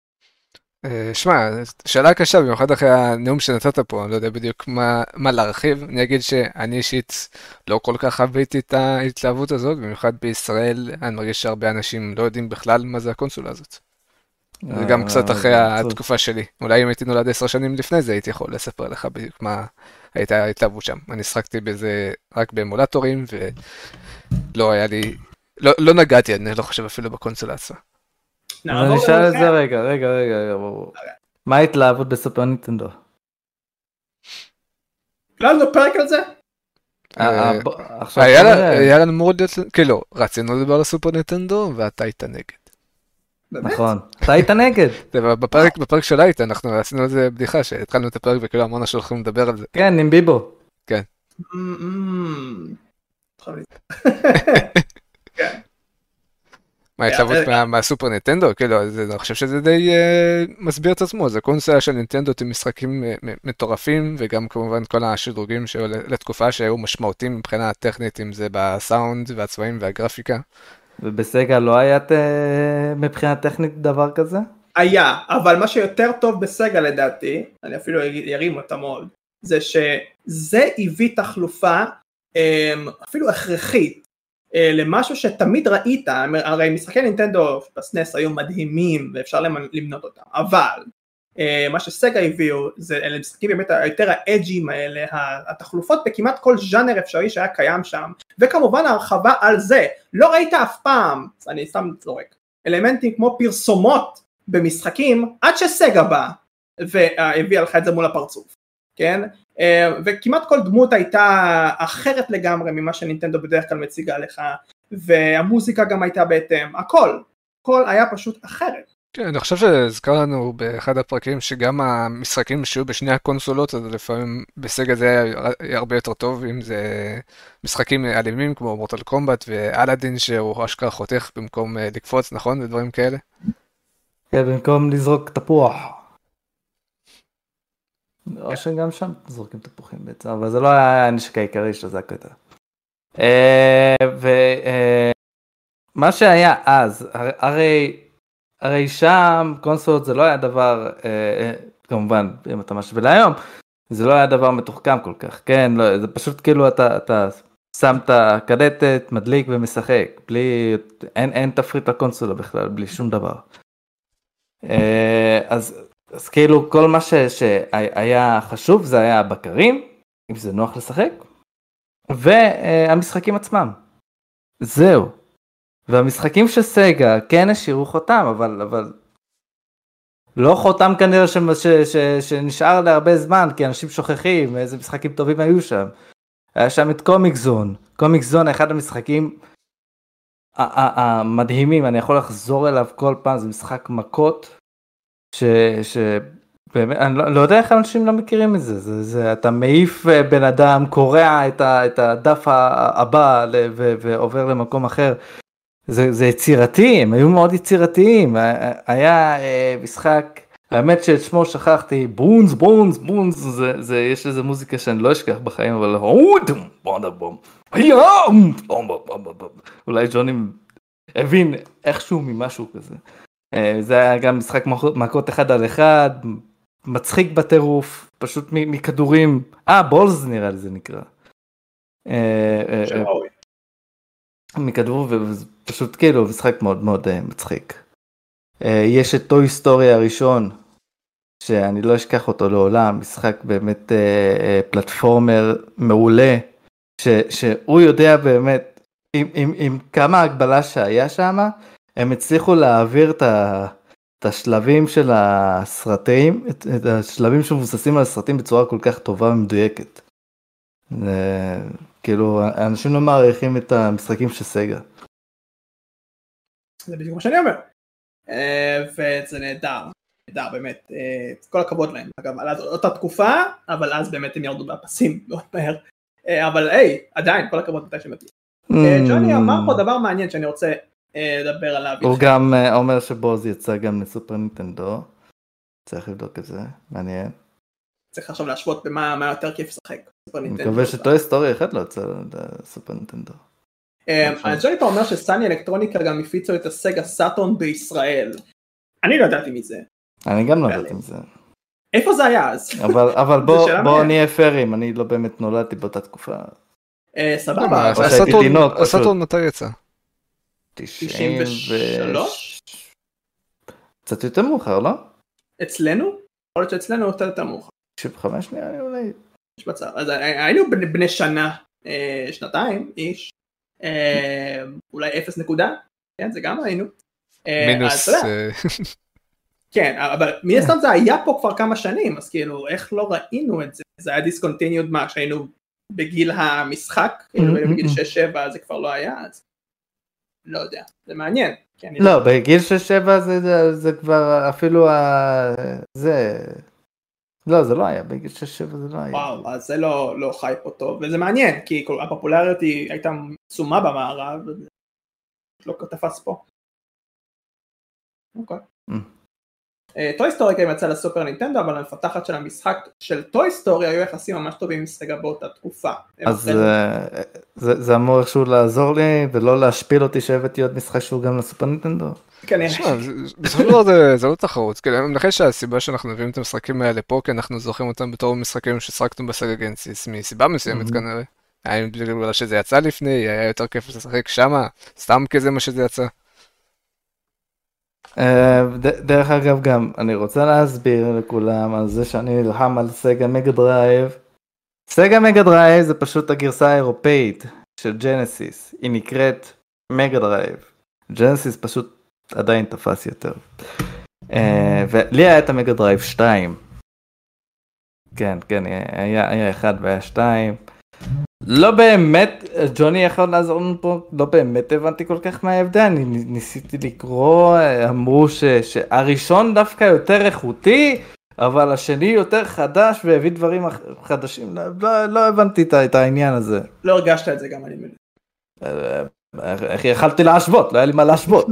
שמע, שאלה קשה, במיוחד אחרי הנאום שנתת פה, אני לא יודע בדיוק מה, מה להרחיב, אני אגיד שאני אישית לא כל כך חוויתי את ההתלהבות הזאת, במיוחד בישראל אני מרגיש שהרבה אנשים לא יודעים בכלל מה זה הקונסולה הזאת. זה גם קצת אחרי התקופה שלי. אולי אם הייתי נולד עשר שנים לפני זה, הייתי יכול לספר לך בדיוק מה הייתה ההתלהבות שם. אני שחקתי בזה רק באמולטורים, ולא היה לי, לא, לא נגעתי, אני לא חושב אפילו בקונסולה עצמה. אני אשאל את זה רגע, רגע, רגע, מה ההתלהבות בסופר ניטנדו? לא, לא פרק על זה? היה לנו מאוד, כאילו, רצינו לדבר על הסופר ניטנדו, ואתה היית נגד. נכון, אתה היית נגד. בפרק, בפרק של היית, אנחנו עשינו איזה בדיחה שהתחלנו את הפרק וכאילו המון שהולכים לדבר על זה. כן, עם ביבו. כן. מה ההתלהבות מהסופר נינטנדו? כאילו, אני חושב שזה די מסביר את עצמו, זה קונסולה של נינטנדו עם משחקים מטורפים, וגם כמובן כל השדרוגים לתקופה שהיו משמעותיים מבחינה טכנית, אם זה בסאונד והצבעים והגרפיקה. ובסגה לא היה מבחינה טכנית דבר כזה? היה, אבל מה שיותר טוב בסגה לדעתי, אני אפילו ירים אותה מאוד, זה שזה הביא תחלופה אפילו הכרחית למשהו שתמיד ראית, הרי משחקי נינטנדו בסנס היו מדהימים ואפשר למנות אותם, אבל מה שסגה הביאו זה אלה משחקים באמת היותר האג'ים האלה, התחלופות בכמעט כל ז'אנר אפשרי שהיה קיים שם, וכמובן ההרחבה על זה, לא ראית אף פעם, אני סתם זורק, אלמנטים כמו פרסומות במשחקים, עד שסגה בא והביאה לך את זה מול הפרצוף, כן? וכמעט כל דמות הייתה אחרת לגמרי ממה שנינטנדו בדרך כלל מציגה לך, והמוזיקה גם הייתה בהתאם, הכל, הכל היה פשוט אחרת. כן, אני חושב שהזכר לנו באחד הפרקים שגם המשחקים שהיו בשני הקונסולות, אז לפעמים בסגה זה היה הרבה יותר טוב, אם זה משחקים אלימים כמו מורטל קומבט ואלאדין שהוא אשכרה חותך במקום לקפוץ, נכון? ודברים כאלה. כן, במקום לזרוק תפוח. או שגם שם זורקים תפוחים בעצם, אבל זה לא היה הנשק העיקרי שזה הקטע. ומה שהיה אז, הרי הרי שם קונסולות זה לא היה דבר, כמובן אם אתה משווה להיום, זה לא היה דבר מתוחכם כל כך, כן, זה פשוט כאילו אתה שם את הקלטת, מדליק ומשחק, בלי, אין תפריט לקונסולה בכלל, בלי שום דבר. אז אז כאילו כל מה ש, שהיה חשוב זה היה הבקרים, אם זה נוח לשחק, והמשחקים עצמם. זהו. והמשחקים של סגה כן השאירו חותם, אבל, אבל לא חותם כנראה ש, ש, ש, שנשאר להרבה זמן, כי אנשים שוכחים איזה משחקים טובים היו שם. היה שם את קומיק זון. קומיק זון אחד המשחקים המדהימים, אני יכול לחזור אליו כל פעם, זה משחק מכות, ש, שבאמת, אני לא, לא יודע איך אנשים לא מכירים את זה, זה, זה אתה מעיף בן אדם, קורע את, ה, את הדף הבא ו, ועובר למקום אחר, זה, זה יצירתי, הם היו מאוד יצירתיים, היה משחק, האמת שאת שמו שכחתי, בונס, בונס, בונס, זה, זה, יש איזה מוזיקה שאני לא אשכח בחיים, אבל אולי ג'וני הבין איכשהו ממשהו כזה. זה היה גם משחק מכות אחד על אחד, מצחיק בטירוף, פשוט מכדורים, אה בולז נראה לי זה נקרא. מכדור ופשוט כאילו משחק מאוד מאוד מצחיק. יש את טוי סטורי הראשון, שאני לא אשכח אותו לעולם, משחק באמת פלטפורמר מעולה, שהוא יודע באמת, עם, עם, עם כמה הגבלה שהיה שם, הם הצליחו להעביר את, ה, את השלבים של הסרטים, את, את השלבים שמבוססים על הסרטים בצורה כל כך טובה ומדויקת. כאילו, אנשים לא מעריכים את המשחקים של סגה. זה בדיוק מה שאני אומר. וזה נהדר, נהדר באמת, כל הכבוד להם. אגב, על אותה תקופה, אבל אז באמת הם ירדו מהפסים מאוד מהר. אבל היי, עדיין, כל הכבוד מתי שמתאים. ג'וני אמר פה דבר מעניין שאני רוצה לדבר עליו. הוא גם אומר שבוז יצא גם לסופר נינטנדו. צריך לבדוק את זה, מעניין. צריך עכשיו להשוות במה יותר כיף לשחק. אני מקווה שטוי סטורי אחד לא יצא לסופר נינטנדו. אז ג'וני פה אומר שסני אלקטרוניקה גם הפיצו את הסגה סאטורן בישראל. אני לא ידעתי מזה. אני גם לא ידעתי מזה. איפה זה היה אז? אבל בוא נהיה פיירים, אני לא באמת נולדתי באותה תקופה. סבבה. הסאטורן מתי יצא? תשעים ושלוש? קצת יותר מאוחר, לא? אצלנו? יכול להיות שאצלנו יותר יותר מאוחר. תשעים וחמש נראה לי אולי. יש מצב. אז היינו בני שנה, שנתיים, איש. אולי אפס נקודה. כן, זה גם היינו. מינוס. כן, אבל מי הסתם זה היה פה כבר כמה שנים, אז כאילו, איך לא ראינו את זה? זה היה דיסקונטיניוד מה, שהיינו בגיל המשחק, כאילו בגיל שש שבע זה כבר לא היה, אז לא יודע, זה מעניין. לא, בגיל שש שבע זה כבר אפילו, זה, לא, זה לא היה, בגיל שש שבע זה לא היה. וואו, אז זה לא חי פה טוב, וזה מעניין, כי הפופולריות היא הייתה צומה במערב, לא תפס פה. אוקיי. טוי סטורי גם יצא לסופר נינטנדו, אבל המפתחת של המשחק של טוי סטורי היו יחסים ממש טובים עם סגה באותה תקופה. אז זה אמור איכשהו לעזור לי ולא להשפיל אותי שהבאתי עוד משחק שהוא גם לסופר נינטנדו? בסופו של דבר זה לא תחרות, אני מנחש שהסיבה שאנחנו מביאים את המשחקים האלה פה, כי אנחנו זוכרים אותם בתור משחקים ששחקתם בסגה גנסיס, מסיבה מסוימת כנראה. האם בגלל שזה יצא לפני, היה יותר כיף לשחק שמה, סתם כזה מה שזה יצא. דרך אגב גם, אני רוצה להסביר לכולם על זה שאני נלחם על סגה מגה דרייב. סגה מגה דרייב זה פשוט הגרסה האירופאית של ג'נסיס, היא נקראת מגה דרייב. ג'נסיס פשוט עדיין תפס יותר. ולי היה את המגה דרייב שתיים. כן, כן, היה אחד והיה שתיים. לא באמת, ג'וני יכול לעזור לנו פה, לא באמת הבנתי כל כך מה ההבדל, אני ניסיתי לקרוא, אמרו שהראשון דווקא יותר איכותי, אבל השני יותר חדש והביא דברים חדשים, לא הבנתי את העניין הזה. לא הרגשת את זה גם אני מבין. איך יכלתי להשוות, לא היה לי מה להשוות.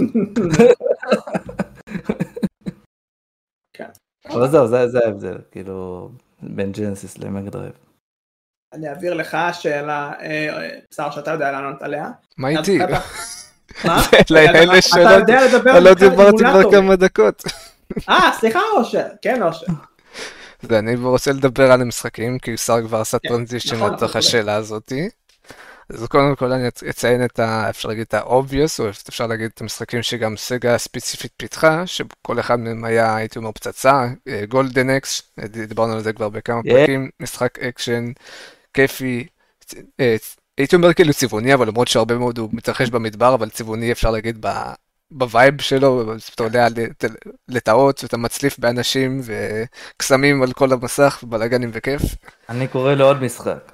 אבל זהו, זה ההבדל, כאילו, בין ג'נסיס למגה דרייב. אני אעביר לך שאלה, בשר שאתה יודע לענות עליה. מה איתי? מה? לאלה שאלות, לא דיברתי כבר כמה דקות. אה, סליחה אושר, כן אושר. אני רוצה לדבר על המשחקים, כי שר כבר עשה טרנזישן לתוך השאלה הזאת. אז קודם כל אני אציין את ה... אפשר להגיד את ה-obvious, או אפשר להגיד את המשחקים שגם סגה ספציפית פיתחה, שכל אחד מהם היה, הייתי אומר, פצצה, גולדן אקס, דיברנו על זה כבר בכמה פרקים, משחק אקשן, כיפי, הייתי אומר כאילו צבעוני, אבל למרות שהרבה מאוד הוא מתרחש במדבר, אבל צבעוני אפשר להגיד בווייב שלו, אתה עולה לטעות, ואתה מצליף באנשים, וקסמים על כל המסך, ובלגנים וכיף. אני קורא לו עוד משחק.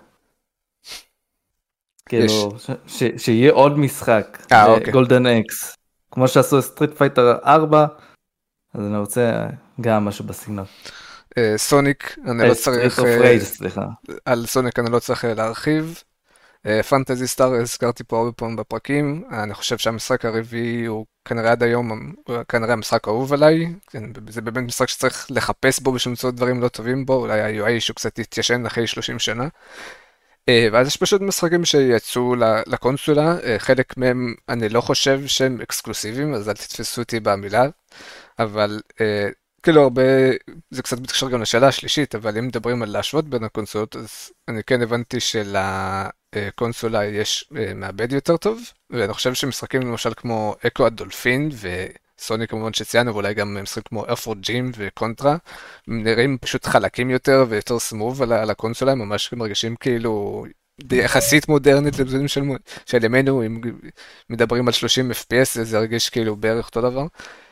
כאילו, שיהיה עוד משחק, גולדן אקס, כמו שעשו סטריט פייטר ארבע, אז אני רוצה גם משהו בסגנון. סוניק, אני לא צריך, על סוניק אני לא צריך להרחיב. פנטזי סטאר, הזכרתי פה הרבה פעמים בפרקים, אני חושב שהמשחק הרביעי הוא כנראה עד היום, כנראה המשחק האהוב עליי, זה באמת משחק שצריך לחפש בו בשביל למצוא דברים לא טובים בו, אולי ה-יו איי שהוא קצת התיישן אחרי שלושים שנה. ואז יש פשוט משחקים שיצאו לקונסולה, חלק מהם אני לא חושב שהם אקסקלוסיביים, אז אל תתפסו אותי במילה, אבל כאילו הרבה, זה קצת מתקשר גם לשאלה השלישית, אבל אם מדברים על להשוות בין הקונסולות, אז אני כן הבנתי שלקונסולה יש מעבד יותר טוב, ואני חושב שמשחקים למשל כמו אקו הדולפין, וסוני כמובן שציינו, ואולי גם משחקים כמו ארפורג'ים וקונטרה, נראים פשוט חלקים יותר ויותר סמוב על הקונסולה, הם ממש מרגישים כאילו יחסית מודרנית לבזודים של ימינו, אם מדברים על שלושים אף פי אס, זה הרגיש כאילו בערך אותו דבר.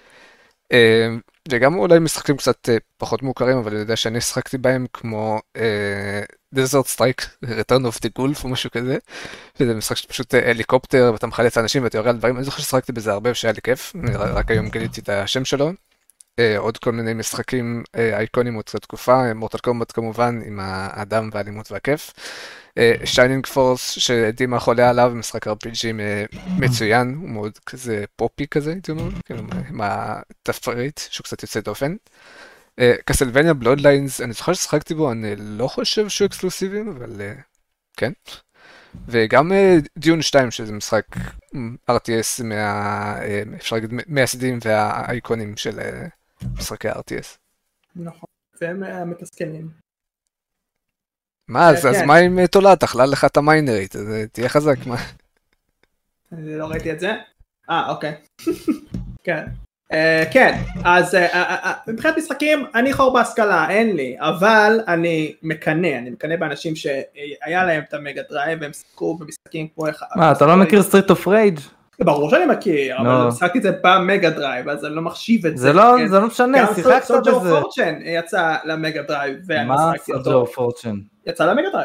וגם אולי משחקים קצת פחות מוכרים, אבל אני יודע שאני שחקתי בהם כמו Desert Strike, Return of the Gulf או משהו כזה, שזה משחק שפשוט הליקופטר ואתה מחלץ אנשים ואתה יורה על דברים, אני זוכר ששחקתי בזה הרבה ושהיה לי כיף, רק היום גיליתי את השם שלו. עוד כל מיני משחקים אייקונים אותה תקופה, מורטל קומבט כמובן עם האדם והאלימות והכיף. שיינינג פורס שדימה חולה עליו, משחק אר פי ג'י מצוין, הוא מאוד כזה פופי כזה, הייתי אומר, עם התפריט שהוא קצת יוצא דופן. קסלווניה בלודליינס, אני זוכר ששחקתי בו, אני לא חושב שהוא אקסקלוסיבי, אבל כן. וגם דיון שתיים, שזה משחק אר טי אס, אפשר להגיד, מהסדים והאייקונים של משחקי אר טי אס. נכון, והם מתסכנים. מה, אז מה עם תולעת? אכלה לך את המיינרית, אז תהיה חזק, מה? אני לא ראיתי את זה. אה, אוקיי. כן. כן, אז מבחינת משחקים, אני חור בהשכלה, אין לי, אבל אני מקנה, אני מקנה באנשים שהיה להם את המגה דרייב, והם שיחקו במשחקים כמו איך... מה, אתה לא מכיר סטריט אוף רייג'? ברור שאני מכיר, אבל משחקתי את זה במגה דרייב, אז אני לא מחשיב את זה. זה לא משנה, שיחקת בזה. גם סולג'ר אוף פורצ'ן יצא למגה דרייב, מה סולג'ר אוף פורצ'ן? יצא למגה דרייב.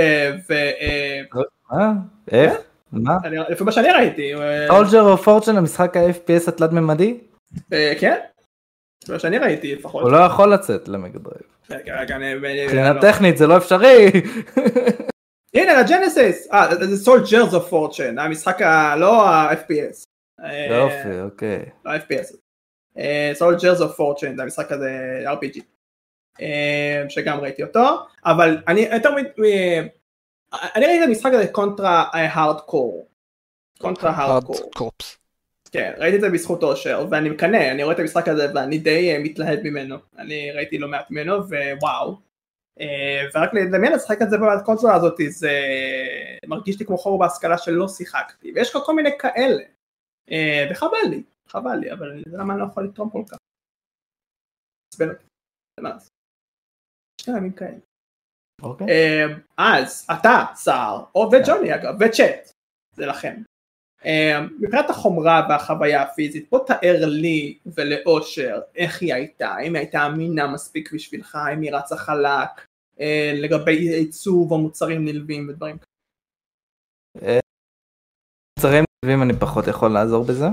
אה? איך? מה? לפי מה שאני ראיתי. סולג'ר אוף פורצ'ן, המשחק ה-אף פי אס התלת ממדי? כן, מה שאני ראיתי לפחות. הוא לא יכול לצאת למגה דרייב. רגע, רגע, אני... מבחינה טכנית זה לא אפשרי. הנה, הג'נסיס, אה, זה Soldiers of Fortune, המשחק לא ה-אף פי אס. יופי, אוקיי. לא ה-אף פי אס. Soldiers of Fortune, זה המשחק הזה אר פי ג'י. שגם ראיתי אותו, אבל אני יותר מ... אני ראיתי את המשחק הזה קונטרה הארדקור. קונטרה הארדקור. כן, ראיתי את זה בזכות אושר, ואני מקנא, אני רואה את המשחק הזה ואני די מתלהב ממנו, אני ראיתי לא מעט ממנו ווואו, ורק לדמיין לשחק את זה בקונסולה הזאת, זה מרגיש לי כמו חור בהשכלה שלא שיחקתי, ויש לך כל מיני כאלה, וחבל לי, חבל לי, אבל זה למה אני לא יכול לתרום כל כך. זה מה זה? שני ימים כאלה. אז אתה, סער, או וג'וני אגב, וצ'אט, זה לכם. מבחינת החומרה והחוויה הפיזית, בוא תאר לי ולאושר איך היא הייתה, האם היא הייתה אמינה מספיק בשבילך, האם היא רצה חלק, לגבי עיצוב או מוצרים נלווים ודברים כאלה. מוצרים נלווים אני פחות יכול לעזור בזה,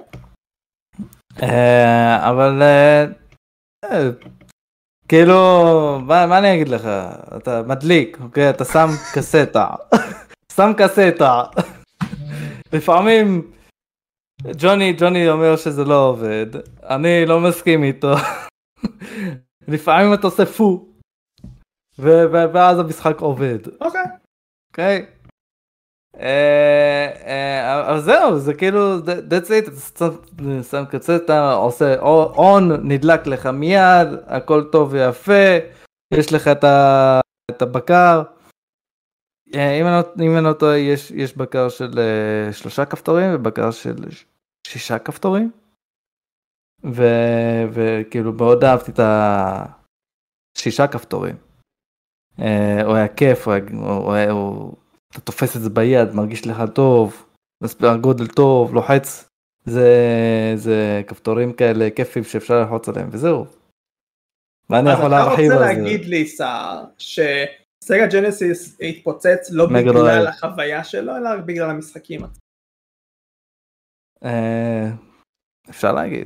אבל כאילו, מה אני אגיד לך, אתה מדליק, אתה שם קסטה, שם קסטה, לפעמים ג'וני, ג'וני אומר שזה לא עובד, אני לא מסכים איתו, לפעמים אתה עושה פו, ואז המשחק עובד. אוקיי. אוקיי. אבל זהו, זה כאילו, that's it, אתה שם קצת, עושה און, נדלק לך מיד, הכל טוב ויפה, יש לך את הבקר, אם אני לא טועה, יש בקר של שלושה כפתורים ובקר של שישה כפתורים, וכאילו מאוד אהבתי את השישה כפתורים, הוא היה כיף, אתה תופס את זה ביד, מרגיש לך טוב, הגודל טוב, לוחץ, זה כפתורים כאלה כיפים שאפשר ללחוץ עליהם, וזהו. ואני יכול להרחיב על זה. אתה רוצה להגיד לי, סער, שסגה ג'נסיס התפוצץ לא בגלל החוויה שלו, אלא בגלל המשחקים? אפשר להגיד.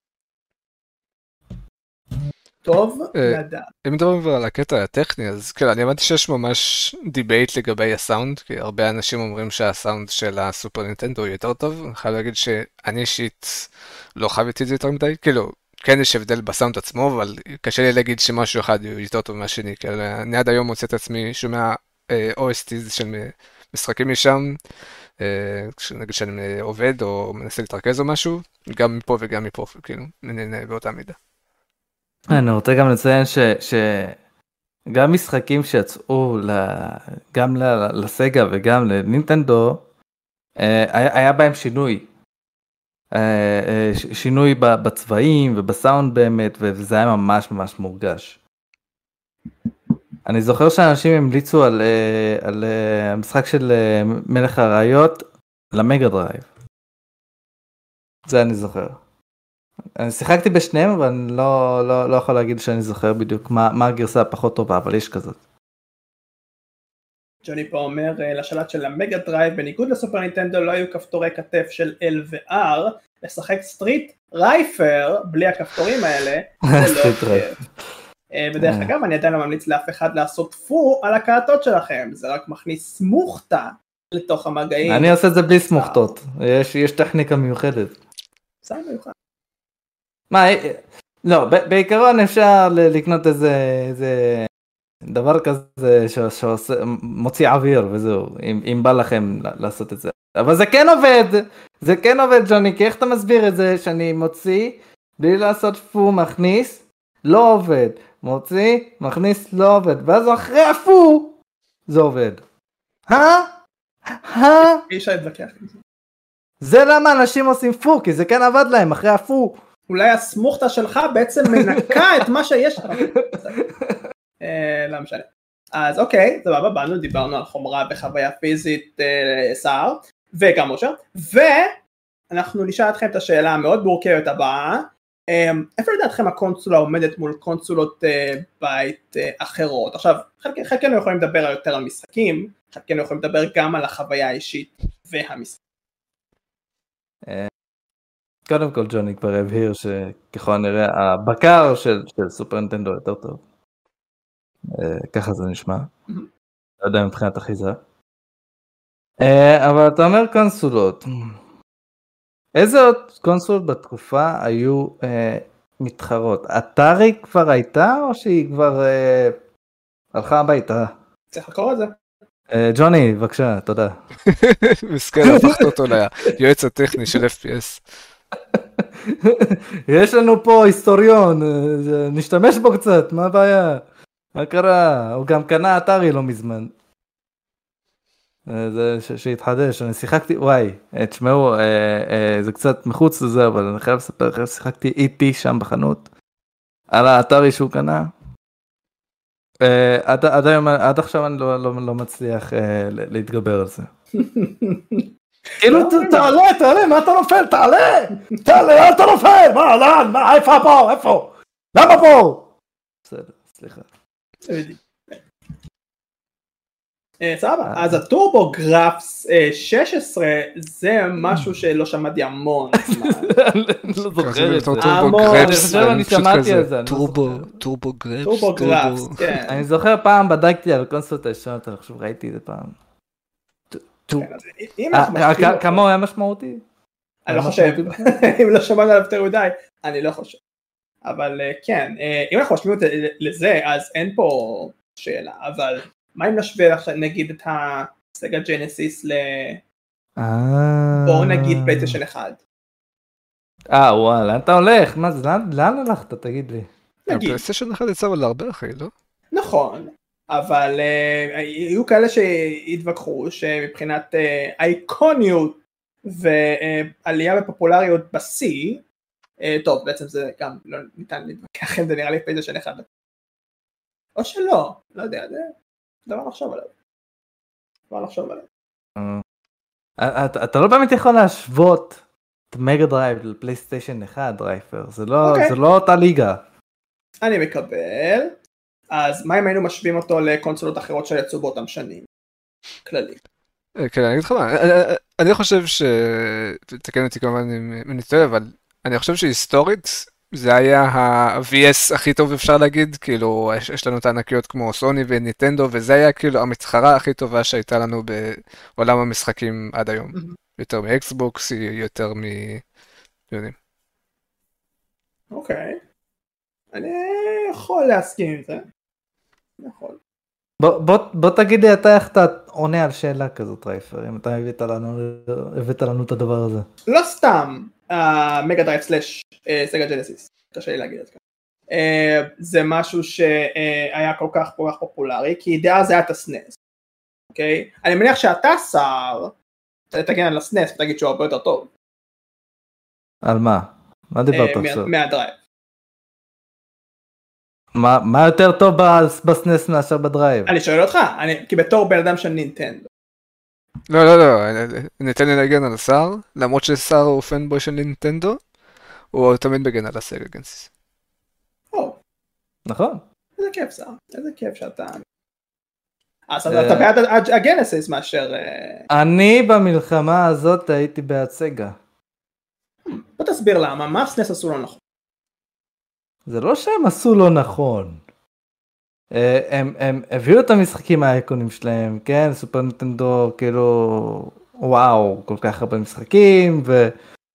טוב, לדעת. אם מדברים כבר על הקטע הטכני, אז כן, אני אמרתי שיש ממש דיבייט לגבי הסאונד, כי הרבה אנשים אומרים שהסאונד של הסופר נינטנדו הוא יותר טוב, אני חייב להגיד שאני אישית לא חוויתי את זה יותר מדי, כאילו, כן יש הבדל בסאונד עצמו, אבל קשה לי להגיד שמשהו אחד הוא יותר טוב מהשני, כי אני עד היום מוצא את עצמי שומע או אס טיז של משחקים משם, נגיד שאני עובד או מנסה להתרכז או משהו, גם מפה וגם מפה, כאילו, נהנה באותה מידה. אני רוצה גם לציין שגם משחקים שיצאו גם לסגה וגם לנינטנדו, היה בהם שינוי. שינוי בצבעים ובסאונד באמת, וזה היה ממש ממש מורגש. אני זוכר שאנשים המליצו על, על המשחק של מלך הראיות למגה דרייב. זה אני זוכר. אני שיחקתי בשניהם, אבל אני לא, לא, לא יכול להגיד שאני זוכר בדיוק מה, מה הגרסה הפחות טובה, אבל יש כזאת. ג'וני פה אומר, לשלט של המגה דרייב, בניגוד לסופר נינטנדו, לא היו כפתורי כתף של L ו-R, לשחק סטריט רייפר, בלי הכפתורים האלה, זה לא כיף. בדרך אגב, אני עדיין לא ממליץ לאף אחד לעשות פו על הקלטות שלכם, זה רק מכניס סמוכתה לתוך המגעים. אני עושה את זה בלי סמוכתות, יש, יש טכניקה מיוחדת. זה מיוחד. מה, לא, בעיקרון אפשר לקנות איזה, איזה דבר כזה שמוציא אוויר וזהו, אם, אם בא לכם לעשות את זה. אבל זה כן עובד, זה כן עובד ג'וני, כי איך אתה מסביר את זה שאני מוציא, בלי לעשות פו מכניס, לא עובד, מוציא, מכניס, לא עובד, ואז אחרי הפו, זה עובד. אה? אה? אי אפשר להתווכח עם זה. זה למה אנשים עושים פו, כי זה כן עבד להם אחרי הפו. אולי הסמוכתה שלך בעצם מנקה את מה שיש לך. לא משנה. אז אוקיי, סבבה, באנו, דיברנו על חומרה וחוויה פיזית סער, וגם אושר, ואנחנו נשאל אתכם את השאלה המאוד מורכבת הבאה, איפה לדעתכם הקונסולה עומדת מול קונסולות בית אחרות? עכשיו, חלקנו יכולים לדבר יותר על משחקים, חלקנו יכולים לדבר גם על החוויה האישית והמשחק. קודם כל ג'וני כבר הבהיר שככל הנראה הבקר של, של סופר נינטנדו יותר טוב. ככה זה נשמע. לא יודע מבחינת אחיזה. אבל אתה אומר קונסולות. איזה עוד קונסולות בתקופה היו מתחרות? אתרי כבר הייתה או שהיא כבר הלכה הביתה? צריך לקרוא את זה. ג'וני, בבקשה, תודה. מסכן, הפכת אותו ליועץ הטכני של אף פי אס. יש לנו פה היסטוריון, נשתמש בו קצת, מה הבעיה? מה קרה? הוא גם קנה אתרי לא מזמן. זה שהתחדש, אני שיחקתי, וואי, תשמעו, זה קצת מחוץ לזה, אבל אני חייב לספר לכם, שיחקתי איטי שם בחנות, על האתרי שהוא קנה. עד, עד, היום, עד עכשיו אני לא, לא, לא מצליח להתגבר על זה. כאילו, תעלה, תעלה, מה אתה נופל? תעלה! תעלה, אתה נופל! מה, לאן? מה, איפה פה? איפה? למה פה? בסדר, סליחה. סבבה, אז הטורבו גרפס שש עשרה זה משהו שלא שמעתי המון זמן. לא זוכר את זה. טורבו גרפס, אני שמעתי על זה. טורבו גרפס. טורבו גרפס, כן. אני זוכר פעם בדקתי על קונסולות הישנות, אני חושב ראיתי את זה פעם. כמה הוא היה משמעותי? אני לא חושב, אם לא שמענו עליו יותר מדי, אני לא חושב. אבל כן, אם אנחנו משמיעים לזה, אז אין פה שאלה, אבל מה אם נשווה נגיד את הסגה ג'נסיס ל... בואו נגיד פלייסטיישן אחד. אה וואלה, לאן אתה הולך? מה זה, לאן הלכת? תגיד לי. פלייסטיישן אחד יצא להרבה אחרי, לא? נכון, אבל היו כאלה שהתווכחו שמבחינת אייקוניות ועלייה בפופולריות בסי, טוב, בעצם זה גם לא ניתן להתווכח אם זה נראה לי פלייסטיישן אחד. או שלא, לא יודע, זה דבר לחשוב עליו. דבר לחשוב עליו. אתה לא באמת יכול להשוות את מגה דרייב לפלייסטיישן אחד, דרייפר, זה לא אותה ליגה. אני מקבל, אז מה אם היינו משווים אותו לקונסולות אחרות שיצאו באותם שנים? כללי. כן, אני אגיד לך מה, אני חושב ש... תקן אותי כמובן אם אני טועה, אבל אני חושב שהיסטורית זה היה ה-וי אס הכי טוב אפשר להגיד, כאילו יש לנו את הענקיות כמו סוני וניטנדו, וזה היה כאילו המתחרה הכי טובה שהייתה לנו בעולם המשחקים עד היום. יותר מאקסבוקס, יותר מ... יודעים. אוקיי. אני יכול להסכים עם זה. יכול. בוא תגיד לי אתה איך אתה עונה על שאלה כזאת, רייפר, אם אתה הבאת לנו, הבאת לנו את הדבר הזה. לא סתם מגה דרייב סלאש סגה ג'נסיס, קשה לי להגיד את זה. זה משהו שהיה כל כך כל כך פופולרי, כי דעה זה היה את הסנס. אוקיי? אני מניח שאתה שר, תגן על הסנס ותגיד שהוא הרבה יותר טוב. על מה? מה דיברת עכשיו? מהדרייב. מה, מה יותר טוב בסנס מאשר בדרייב? אני שואל אותך, אני, כי בתור בן אדם של נינטנדו. לא, לא, לא, ניתן לי להגן על השר, למרות ששר הוא פנבוי של נינטנדו, הוא תמיד מגן על הסגה ג'נסיס. או. נכון. איזה כיף שר, איזה כיף שאתה... אז אתה בעד הג'נסיס מאשר... אני במלחמה הזאת הייתי בעד סגה. בוא תסביר למה, מה הסנס עשו לא נכון? זה לא שהם עשו לא נכון. הם, הם הביאו את המשחקים האייקונים שלהם, כן? סופר נינטנדו, כאילו, וואו, כל כך הרבה משחקים, ו...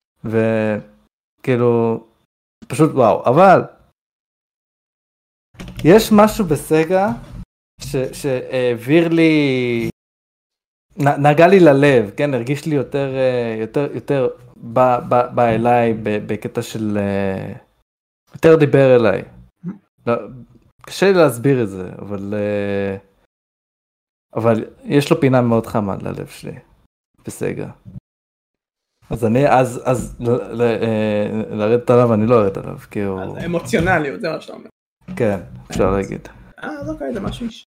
וכאילו, פשוט וואו. אבל, יש משהו בסגה, ש... שהעביר לי, נגע לי ללב, כן? הרגיש לי יותר, יותר, יותר, בא, בא, בא אליי, בקטע של... יותר דיבר אליי. לא, קשה לי להסביר את זה, אבל אבל יש לו פינה מאוד חמה ללב שלי בסגה. אז אני אז אז לרדת עליו אני לא ארד עליו כי הוא אמוציונליות, זה מה שאתה אומר. כן, אפשר להגיד. אה, אז אוקיי, זה משהו איש.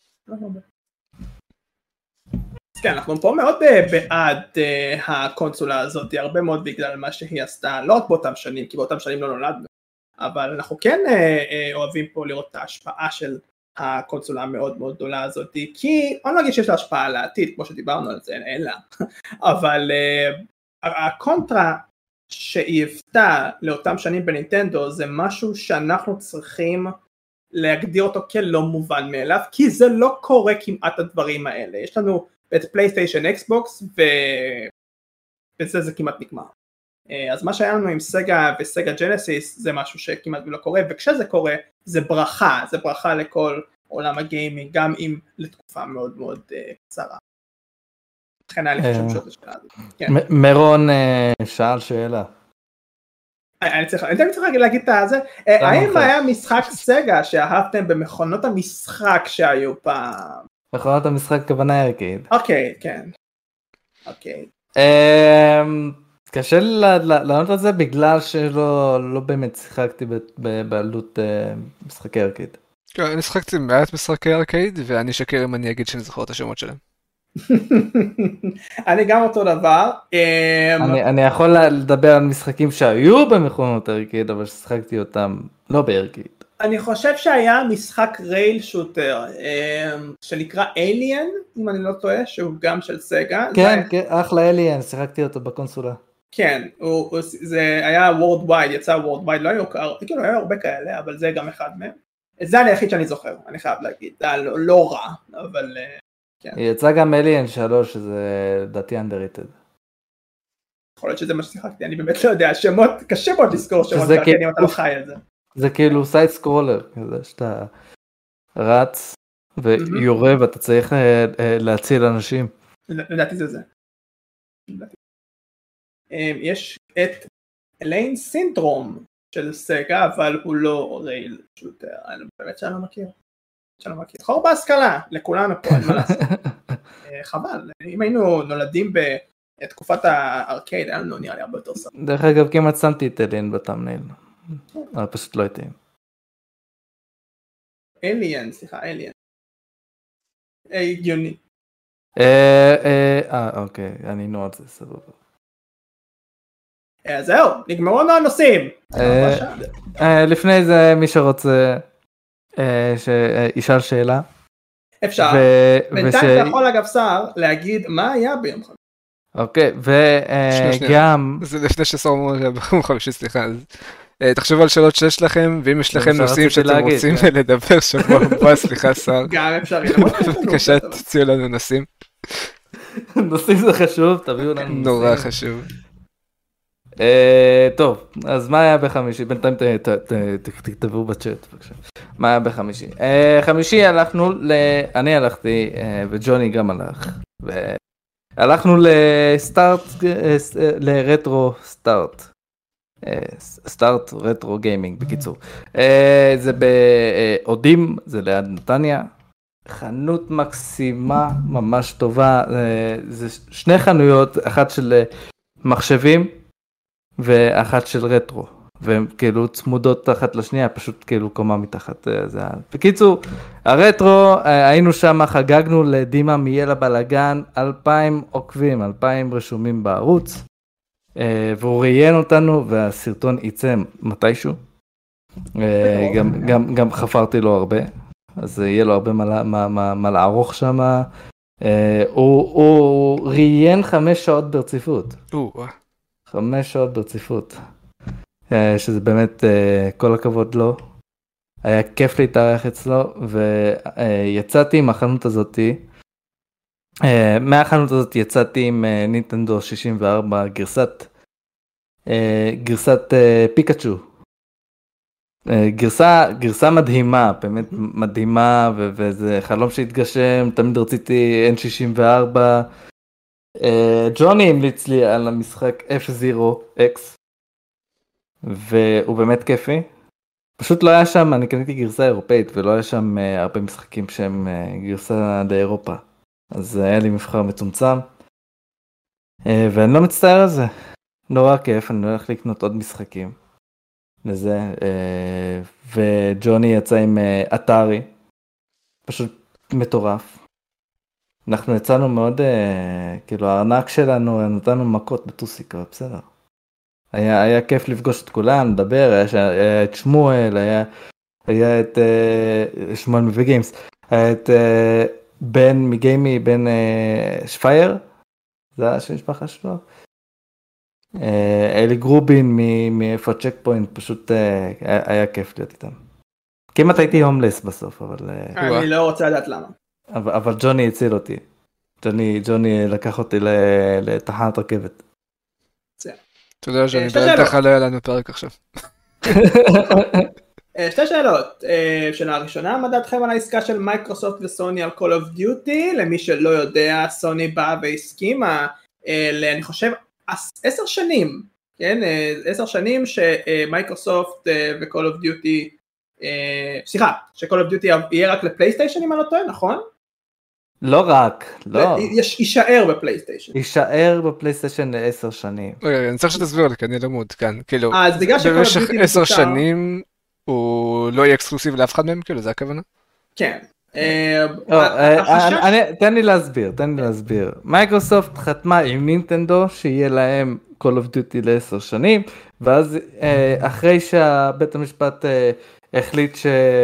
כן, אנחנו פה מאוד בעד הקונסולה הזאת, הרבה מאוד בגלל מה שהיא עשתה, לא רק באותם שנים, כי באותם שנים לא נולדנו. אבל אנחנו כן אוהבים פה לראות את ההשפעה של הקונסולה המאוד מאוד גדולה הזאת, כי אני לא אגיד שיש לה השפעה על העתיד, כמו שדיברנו על זה, אין לה, אבל הקונטרה שהיוותה לאותם שנים בנינטנדו, זה משהו שאנחנו צריכים להגדיר אותו כלא מובן מאליו, כי זה לא קורה כמעט הדברים האלה, יש לנו את פלייסטיישן אקסבוקס, ובזה זה כמעט נגמר. אז מה שהיה לנו עם סגה וסגה ג'נסיס זה משהו שכמעט לא קורה, וכשזה קורה זה ברכה, זה ברכה לכל עולם הגיימינג, גם אם לתקופה מאוד מאוד קצרה. לכן היה לי חשוב לשאול את השאלה הזאת. מירון שאל שאלה. אני צריך להגיד את זה, האם היה משחק סגה שאהבתם במכונות המשחק שהיו פעם? מכונות המשחק כוונה ארקייד. אוקיי, כן. אוקיי. קשה לי לענות על זה בגלל שלא באמת שיחקתי בעלות משחקי ארקייד. אני שחקתי מעט משחקי ארקייד ואני שקר אם אני אגיד שאני זוכר את השמות שלהם. אני גם אותו דבר. אני יכול לדבר על משחקים שהיו במכונות ארקייד אבל ששיחקתי אותם לא בארקייד. אני חושב שהיה משחק רייל שוטר שנקרא Alien, אם אני לא טועה, שהוא גם של סגה. כן, אחלה Alien, שיחקתי אותו בקונסולה. כן, זה היה Worldwide, יצא Worldwide, לא היו, כאילו היו הרבה כאלה, אבל זה גם אחד מהם. זה אני היחיד שאני זוכר, אני חייב להגיד, זה היה לא רע, אבל כן. יצא גם Alien שלוש, שזה דעתי underrated. יכול להיות שזה מה ששיחקתי, אני באמת לא יודע, שמות, קשה מאוד לזכור שמות בארקייד אם אתה לא חי על זה. זה כאילו סייד סקרולר, כזה שאתה רץ ויורה ואתה צריך להציל אנשים. לדעתי זה זה. יש את ליין סינדרום של סגה, אבל הוא לא רייל שוטר. אני באמת שאני לא מכיר. שאני לא מכיר. חור בהשכלה, לכולנו פה, אין מה לעשות. חבל, אם היינו נולדים בתקופת הארקייד, היה לנו נראה לי הרבה יותר סך. דרך אגב, כמעט שמתי את אלין בטאמנייל. אבל פשוט לא הייתי. אליאן, סליחה, אליאן. הגיוני. אה, אוקיי, אני נו על זה, סבבה. זהו, נגמרו לנו הנושאים. לפני זה מי שרוצה שישאל שאלה. אפשר. בינתיים אתה יכול אגב שר להגיד מה היה ביום חמישי. אוקיי, וגם... זה לפני ששרנו ביום חמישי, סליחה. תחשבו על שאלות שיש לכם, ואם יש לכם נושאים שאתם רוצים לדבר שבוע הבא, סליחה שר. גם אפשר. בבקשה תציעו לנו נושאים. נושאים זה חשוב, תביאו לנו נושאים. נורא חשוב. טוב, אז מה היה בחמישי? בינתיים תכתבו בצ'אט, בבקשה. מה היה בחמישי? חמישי הלכנו, אני הלכתי, וג'וני גם הלך, והלכנו לסטארט, לרטרו סטארט. סטארט רטרו גיימינג בקיצור. זה בעודים, זה ליד נתניה. חנות מקסימה, ממש טובה. זה שני חנויות, אחת של מחשבים ואחת של רטרו. והן כאילו צמודות תחת לשנייה, פשוט כאילו קומה מתחת. בקיצור, הרטרו, היינו שם, חגגנו לדימה מיאלה בלגן, אלפיים עוקבים, אלפיים רשומים בערוץ. והוא ראיין אותנו והסרטון ייצא מתישהו. גם, גם, גם חפרתי לו הרבה, אז יהיה לו הרבה מה, מה, מה, מה לערוך שם. הוא, הוא ראיין חמש שעות ברציפות. חמש שעות ברציפות. שזה באמת כל הכבוד לו. היה כיף להתארח אצלו, ויצאתי עם החנות הזאתי. Uh, מהחנות הזאת יצאתי עם uh, נינטנדו שישים וארבע גרסת uh, גרסת uh, פיקאצ'ו uh, גרסה גרסה מדהימה, באמת מדהימה, ו- וזה חלום שהתגשם, תמיד רציתי אן שישים וארבע. uh, ג'וני המליץ לי על המשחק אף זירו אקס והוא באמת כיפי, פשוט לא היה שם, אני קניתי גרסה אירופאית ולא היה שם uh, הרבה משחקים שהם uh, גרסה לאירופה, אז היה לי מבחר מצומצם, ואני לא מצטער על זה, נורא כיף, אני הולך לקנות עוד משחקים לזה, וג'וני יצא עם אתרי, פשוט מטורף. אנחנו יצאנו מאוד, כאילו הארנק שלנו נתנו מכות בטוסיק, אבל בסדר. היה, היה כיף לפגוש את כולם, לדבר, היה, היה את שמואל, היה, היה את שמואל מביא גיימס, היה את... בן מגיימי, בן uh, שפייר, זה השם משפחה שלו. Uh, אלי גרובין מאיפה צ'ק פוינט, פשוט uh, היה, היה כיף להיות איתם. כמעט הייתי הומלס בסוף, אבל... Uh, אני לא רוצה לדעת למה. אבל, אבל ג'וני הציל אותי. ג'וני, ג'וני לקח אותי לתחנת רכבת. אתה יודע שאני בטח לא היה לנו פרק עכשיו. שתי שאלות. שאלה הראשונה, מה דעתכם על העסקה של מייקרוסופט וסוני על Call of Duty? למי שלא יודע, סוני באה והסכימה, אני חושב, עשר שנים, כן? עשר שנים שמייקרוסופט ו-Call of Duty, סליחה, ש-Call of Duty יהיה רק לפלייסטיישן אם אני לא טועה, נכון? לא רק, לא. יישאר בפלייסטיישן. יישאר בפלייסטיישן לעשר שנים. רגע, אני צריך שתסביר לי, כי אני לא מעודכן. כאילו, במשך עשר שנים הוא לא יהיה אקסקלוסיבי לאף אחד מהם, כאילו, זה הכוונה? כן. תן לי להסביר, תן לי להסביר. מייקרוסופט חתמה עם נינטנדו שיהיה להם Call of Duty לעשר שנים, ואז אחרי שהבית המשפט החליט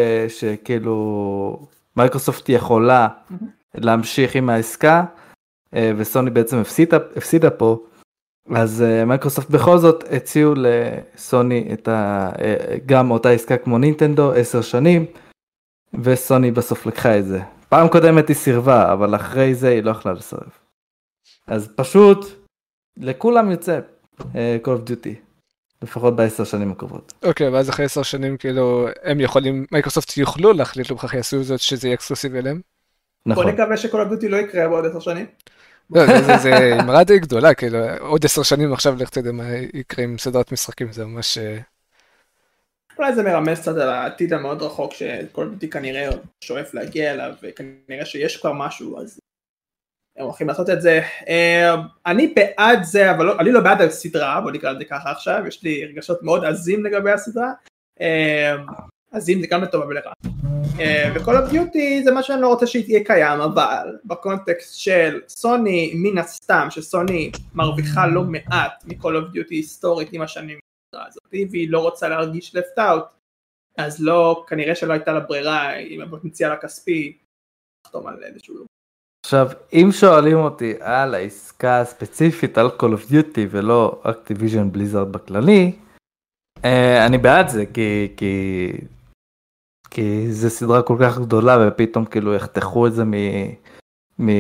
שכאילו מייקרוסופט יכולה להמשיך עם העסקה, וסוני בעצם הפסידה, הפסידה פה, אז מייקרוסופט בכל זאת הציעו לסוני את ה, גם אותה עסקה כמו נינטנדו, עשר שנים, וסוני בסוף לקחה את זה. פעם קודמת היא סירבה, אבל אחרי זה היא לא יכלה לסרב. אז פשוט, לכולם יוצא Call of Duty, לפחות בעשר שנים הקרובות. אוקיי, ואז אחרי עשר שנים, כאילו, הם יכולים, מייקרוסופט יוכלו להחליט לבכך יעשו זאת שזה יהיה אקסקלוסיבי אליהם? בוא נקווה ש-Call of Duty לא יקרה בעוד עשר שנים. לא, זה אמרה די גדולה, כאילו, עוד עשר שנים עכשיו לך תדע מה יקרה עם סדרת משחקים, זה ממש... אולי זה מרמז קצת על העתיד המאוד רחוק ש-Call of Duty כנראה שואף להגיע אליו, וכנראה שיש כבר משהו, אז הם הולכים לעשות את זה. אני בעד זה, אבל אני לא בעד הסדרה, בוא נקרא את זה ככה עכשיו, יש לי הרגשות מאוד עזים לגבי הסדרה, עזים זה גם לטובה ולרע. ו-Call of Duty זה מה שאני לא רוצה שהיא קיים, אבל בקונטקסט של סוני, מן הסתם שסוני מרוויחה לא מעט מ-Call of Duty היסטורית עם השנים הזאת, והיא לא רוצה להרגיש left out, אז לא, כנראה שלא הייתה לה ברירה עם הפוטנציאל הכספי, לחתום על איזשהו לא. עכשיו, אם שואלים אותי על העסקה הספציפית על Call of Duty ולא Activision Blizzard בכללי, אני בעד זה, כי... כי... כי זה סדרה כל כך גדולה, ופתאום כאילו יחתכו את זה מ... מ...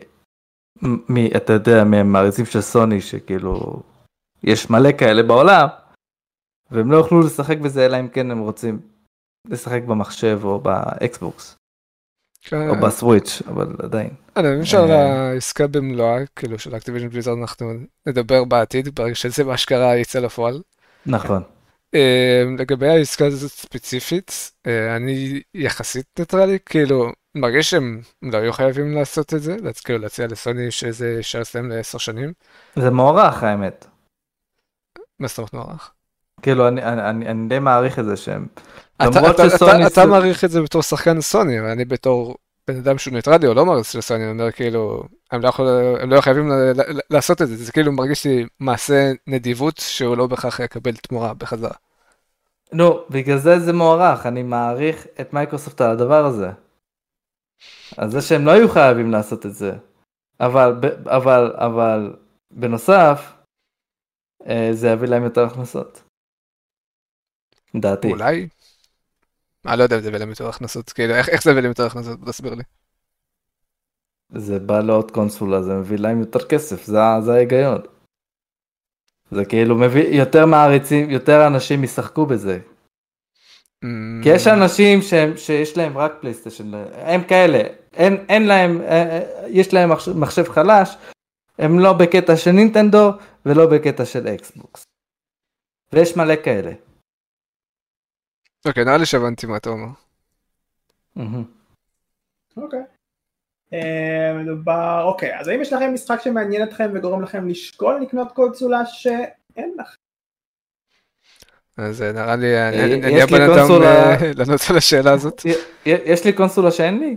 מ... אתה יודע, מהמעריצים של סוני, שכאילו יש מלא כאלה בעולם, והם לא יוכלו לשחק בזה, אלא אם כן הם רוצים לשחק במחשב או באקסבוקס, או בסוויץ', אבל עדיין. אני מבין שעל העסקה במלואה, כאילו של Activision Blizzard אנחנו נדבר בעתיד, ברגע שזה מה שקרה יצא לפועל. נכון. לגבי העסקה הזאת ספציפית, אני יחסית ניטרלי, כאילו, מרגיש שהם לא היו חייבים לעשות את זה, כאילו להציע לסוני שזה יישאר אצלם לעשר שנים. זה מוערך האמת. מה זאת אומרת מוערך? כאילו, אני, אני, אני די מעריך את זה שהם... אתה, אתה, אתה, אתה מעריך את זה בתור שחקן סוני, ואני בתור בן אדם שהוא ניטרלי או לא מעריך של סוני, אני אומר כאילו, הם לא, יכול, הם לא חייבים לעשות את זה, זה כאילו מרגיש לי מעשה נדיבות שהוא לא בכך יקבל תמורה בחזרה. נו, בגלל זה זה מוערך, אני מעריך את מייקרוסופט על הדבר הזה. אז זה שהם לא היו חייבים לעשות את זה, אבל, אבל, אבל, בנוסף, זה יביא להם יותר הכנסות. דעתי. אולי? אני לא יודע אם זה יביא להם יותר הכנסות, כאילו, איך, איך זה יביא להם יותר הכנסות? תסביר לי. זה בא לעוד קונסולה, זה מביא להם יותר כסף, זה, זה ההיגיון. זה כאילו מביא יותר מעריצים, יותר אנשים ישחקו בזה. Mm. כי יש אנשים שהם, שיש להם רק פלייסטיישן, הם כאלה, אין, אין להם, יש להם מחשב, מחשב חלש, הם לא בקטע של נינטנדו ולא בקטע של אקסבוקס. ויש מלא כאלה. אוקיי, נראה לי שהבנתי מה אתה אומר. אוקיי. מדובר, אוקיי, אז האם יש לכם משחק שמעניין אתכם וגורם לכם לשקול לקנות קונסולה שאין לכם? אז נראה לי, אני הבן אדם לענות על השאלה הזאת. יש לי קונסולה שאין לי?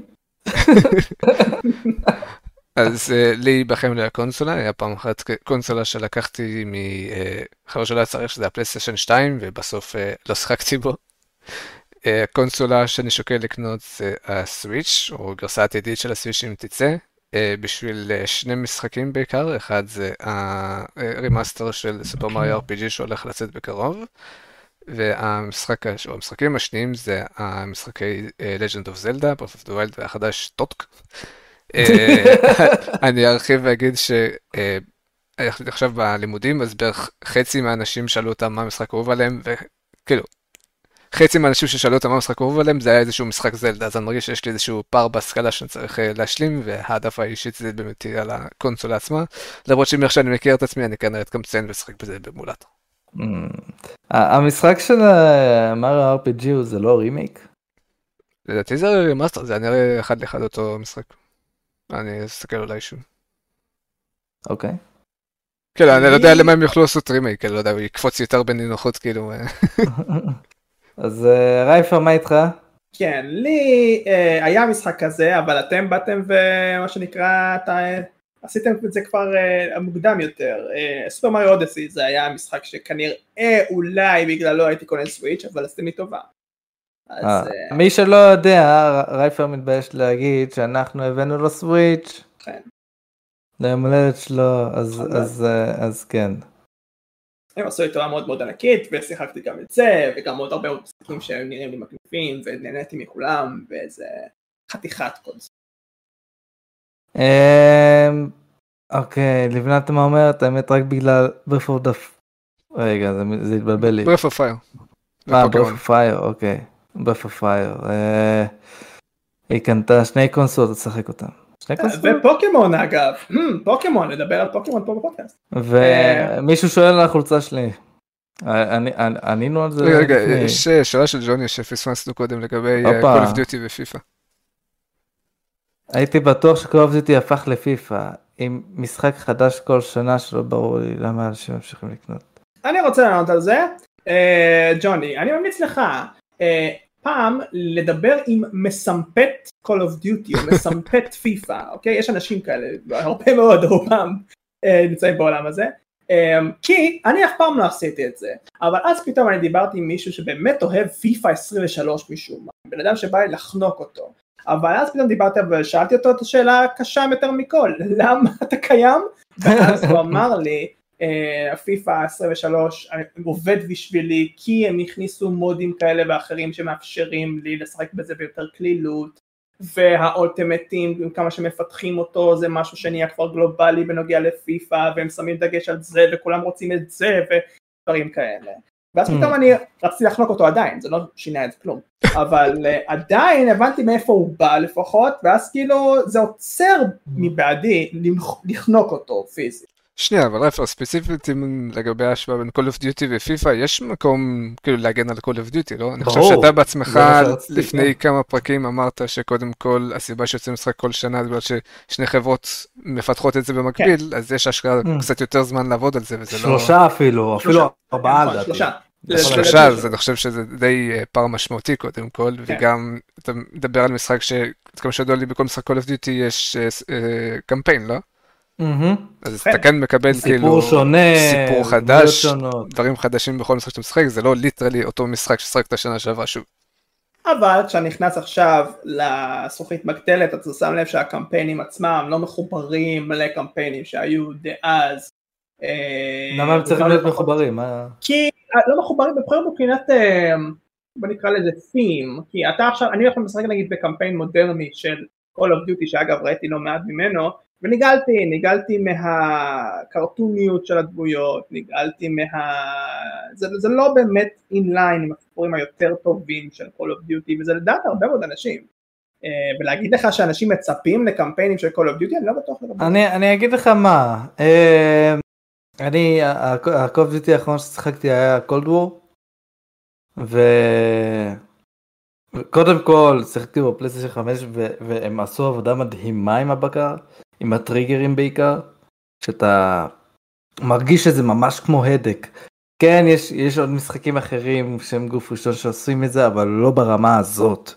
אז לי בכם לי הקונסולה, היה פעם אחת קונסולה שלקחתי מחבר שלא היה צריך, שזה הפלייסטיישן שתיים, ובסוף לא שחקתי בו. קונסולה שאני שוקל לקנות זה הסוויץ' או גרסה עתידית של הסוויץ' אם תצא, בשביל שני משחקים בעיקר, אחד זה הרימאסטר של סופר מריו אר פי ג'י שהולך לצאת בקרוב, והמשחק, או המשחקים השניים זה המשחקי Legend of Zelda, Breath of the Wild והחדש טוטק. אני ארחיב ואגיד שעכשיו בלימודים, אז בערך חצי מהאנשים שאלו אותם מה המשחק אהוב עליהם, וכאילו, חצי מהאנשים ששאלו אותם מה המשחק אהוב עליהם, זה היה איזשהו משחק זלדה, אז אני מרגיש שיש לי איזשהו פער בהשכלה שאני צריך להשלים, והעדפה האישית זה באמת תהיה על הקונסולה עצמה, למרות שאם עכשיו אני מכיר את עצמי, אני כנראה אתקמצן ושחק בזה במולט. המשחק של מריו אר פי ג'י זה לא רימייק? לדעתי זה מאסטר, זה נראה אחד לאחד אותו משחק. אני אסתכל אולי שוב. אוקיי. כן, אני לא יודע למה הם יוכלו לעשות רימייק, אני לא יודע, הוא יקפוץ יותר בנינוחות כאילו. אז רייפר, מה איתך? כן, לי היה משחק כזה, אבל אתם באתם ומה שנקרא, עשיתם את זה כבר מוקדם יותר. סופר מריו אודיסי זה היה משחק שכנראה אולי בגללו הייתי קונה סוויץ', אבל עשיתם לי טובה. מי שלא יודע, רייפר מתבייש להגיד שאנחנו הבאנו לו סוויץ'. כן. ליום הולדת שלו, אז כן. הם עשו לי טובה מאוד מאוד ענקית, ושיחקתי גם את זה, וגם עוד הרבה משחקים שהם נראים לי מגניבים, ונהניתי מכולם, ואיזה חתיכת קונס. אוקיי, לבנת מה אומרת, האמת רק בגלל Breath of the... רגע, זה התבלבל לי. Breath of Fire. אה, Breath of Fire, אוקיי. Breath of Fire. היא קנתה שני קונסולות, תשחק אותם. ופוקימון אגב, פוקימון, לדבר על פוקימון פה בפודקאסט. ומישהו שואל על החולצה שלי. ענינו על זה. רגע, יש שאלה של ג'וני שפספסנו קודם לגבי Call of Duty ופיפה. הייתי בטוח ש-Call of Duty הפך לפיפה, עם משחק חדש כל שנה שלא ברור לי למה אנשים ממשיכים לקנות. אני רוצה לענות על זה. ג'וני, אני ממליץ לך פעם לדבר עם מסמפת Call of Duty או מסמפת פיפה, אוקיי? יש אנשים כאלה, הרבה מאוד רובם נמצאים בעולם הזה, כי אני אף פעם לא עשיתי את זה, אבל אז פתאום אני דיברתי עם מישהו שבאמת אוהב פיפה עשרים ושלוש משום מה, בן אדם שבא לי לחנוק אותו, אבל אז פתאום דיברתי ושאלתי אותו את השאלה הקשה יותר מכל, למה אתה קיים? ואז הוא אמר לי, הפיפה עשרים ושלוש עובד בשבילי כי הם הכניסו מודים כאלה ואחרים שמאפשרים לי לשחק בזה ביותר כלילות, והאולטימטים כמה שמפתחים אותו זה משהו שנהיה כבר גלובלי בנוגע לפיפה, והם שמים דגש על זה וכולם רוצים את זה ודברים כאלה, ואז פתאום אני רציתי לחנוק אותו עדיין, זה לא שינה את זה כלום, אבל עדיין הבנתי מאיפה הוא בא לפחות, ואז כאילו זה עוצר מבעדי לחנוק אותו פיזית. שנייה, אבל רפר, ספציפית לגבי ההשוואה בין Call of Duty ופיפה, יש מקום כאילו להגן על Call of Duty, לא? אני חושב שאתה בעצמך לפני כמה פרקים אמרת שקודם כל הסיבה שיוצאים משחק כל שנה, בגלל ששני חברות מפתחות את זה במקביל, אז יש השקעה קצת יותר זמן לעבוד על זה, וזה לא... שלושה אפילו, אפילו ארבעה. שלושה. שלושה, אז אני חושב שזה די פער משמעותי קודם כל, וגם אתה מדבר על משחק שכמה שידוע לי בכל משחק Call of Duty יש קמפיין, לא? אז אתה כן מקבל כאילו סיפור חדש, דברים חדשים בכל משחק שאתה משחק, זה לא ליטרלי אותו משחק ששחקת השנה שעברה שוב. אבל כשאני נכנס עכשיו לזכוכית מגדלת, אתה שם לב שהקמפיינים עצמם לא מחוברים לקמפיינים שהיו דאז. למה הם צריכים להיות מחוברים? כי לא מחוברים בבחירות מבחינת, בוא נקרא לזה theme, כי אתה עכשיו, אני יכול לשחק נגיד בקמפיין מודרני של Call of Duty, שאגב ראיתי לא מעט ממנו, ונגלתי, נגלתי מהקרטוניות של הדמויות, נגלתי מה... זה, זה לא באמת אינליין עם הסיפורים היותר טובים של Call of Duty, וזה לדעת הרבה מאוד אנשים. ולהגיד לך שאנשים מצפים לקמפיינים של Call of Duty, אני לא בטוח לגבי. אני, אני אגיד לך מה, אני, ה-Call of Duty האחרון ששחקתי היה Cold War, ו... קודם כל, שיחקתי בפלייסטיישן חמש והם עשו עבודה מדהימה עם הבקר, עם הטריגרים בעיקר, שאתה מרגיש שזה ממש כמו הדק. כן, יש, יש עוד משחקים אחרים שהם גוף ראשון שעושים את זה, אבל לא ברמה הזאת.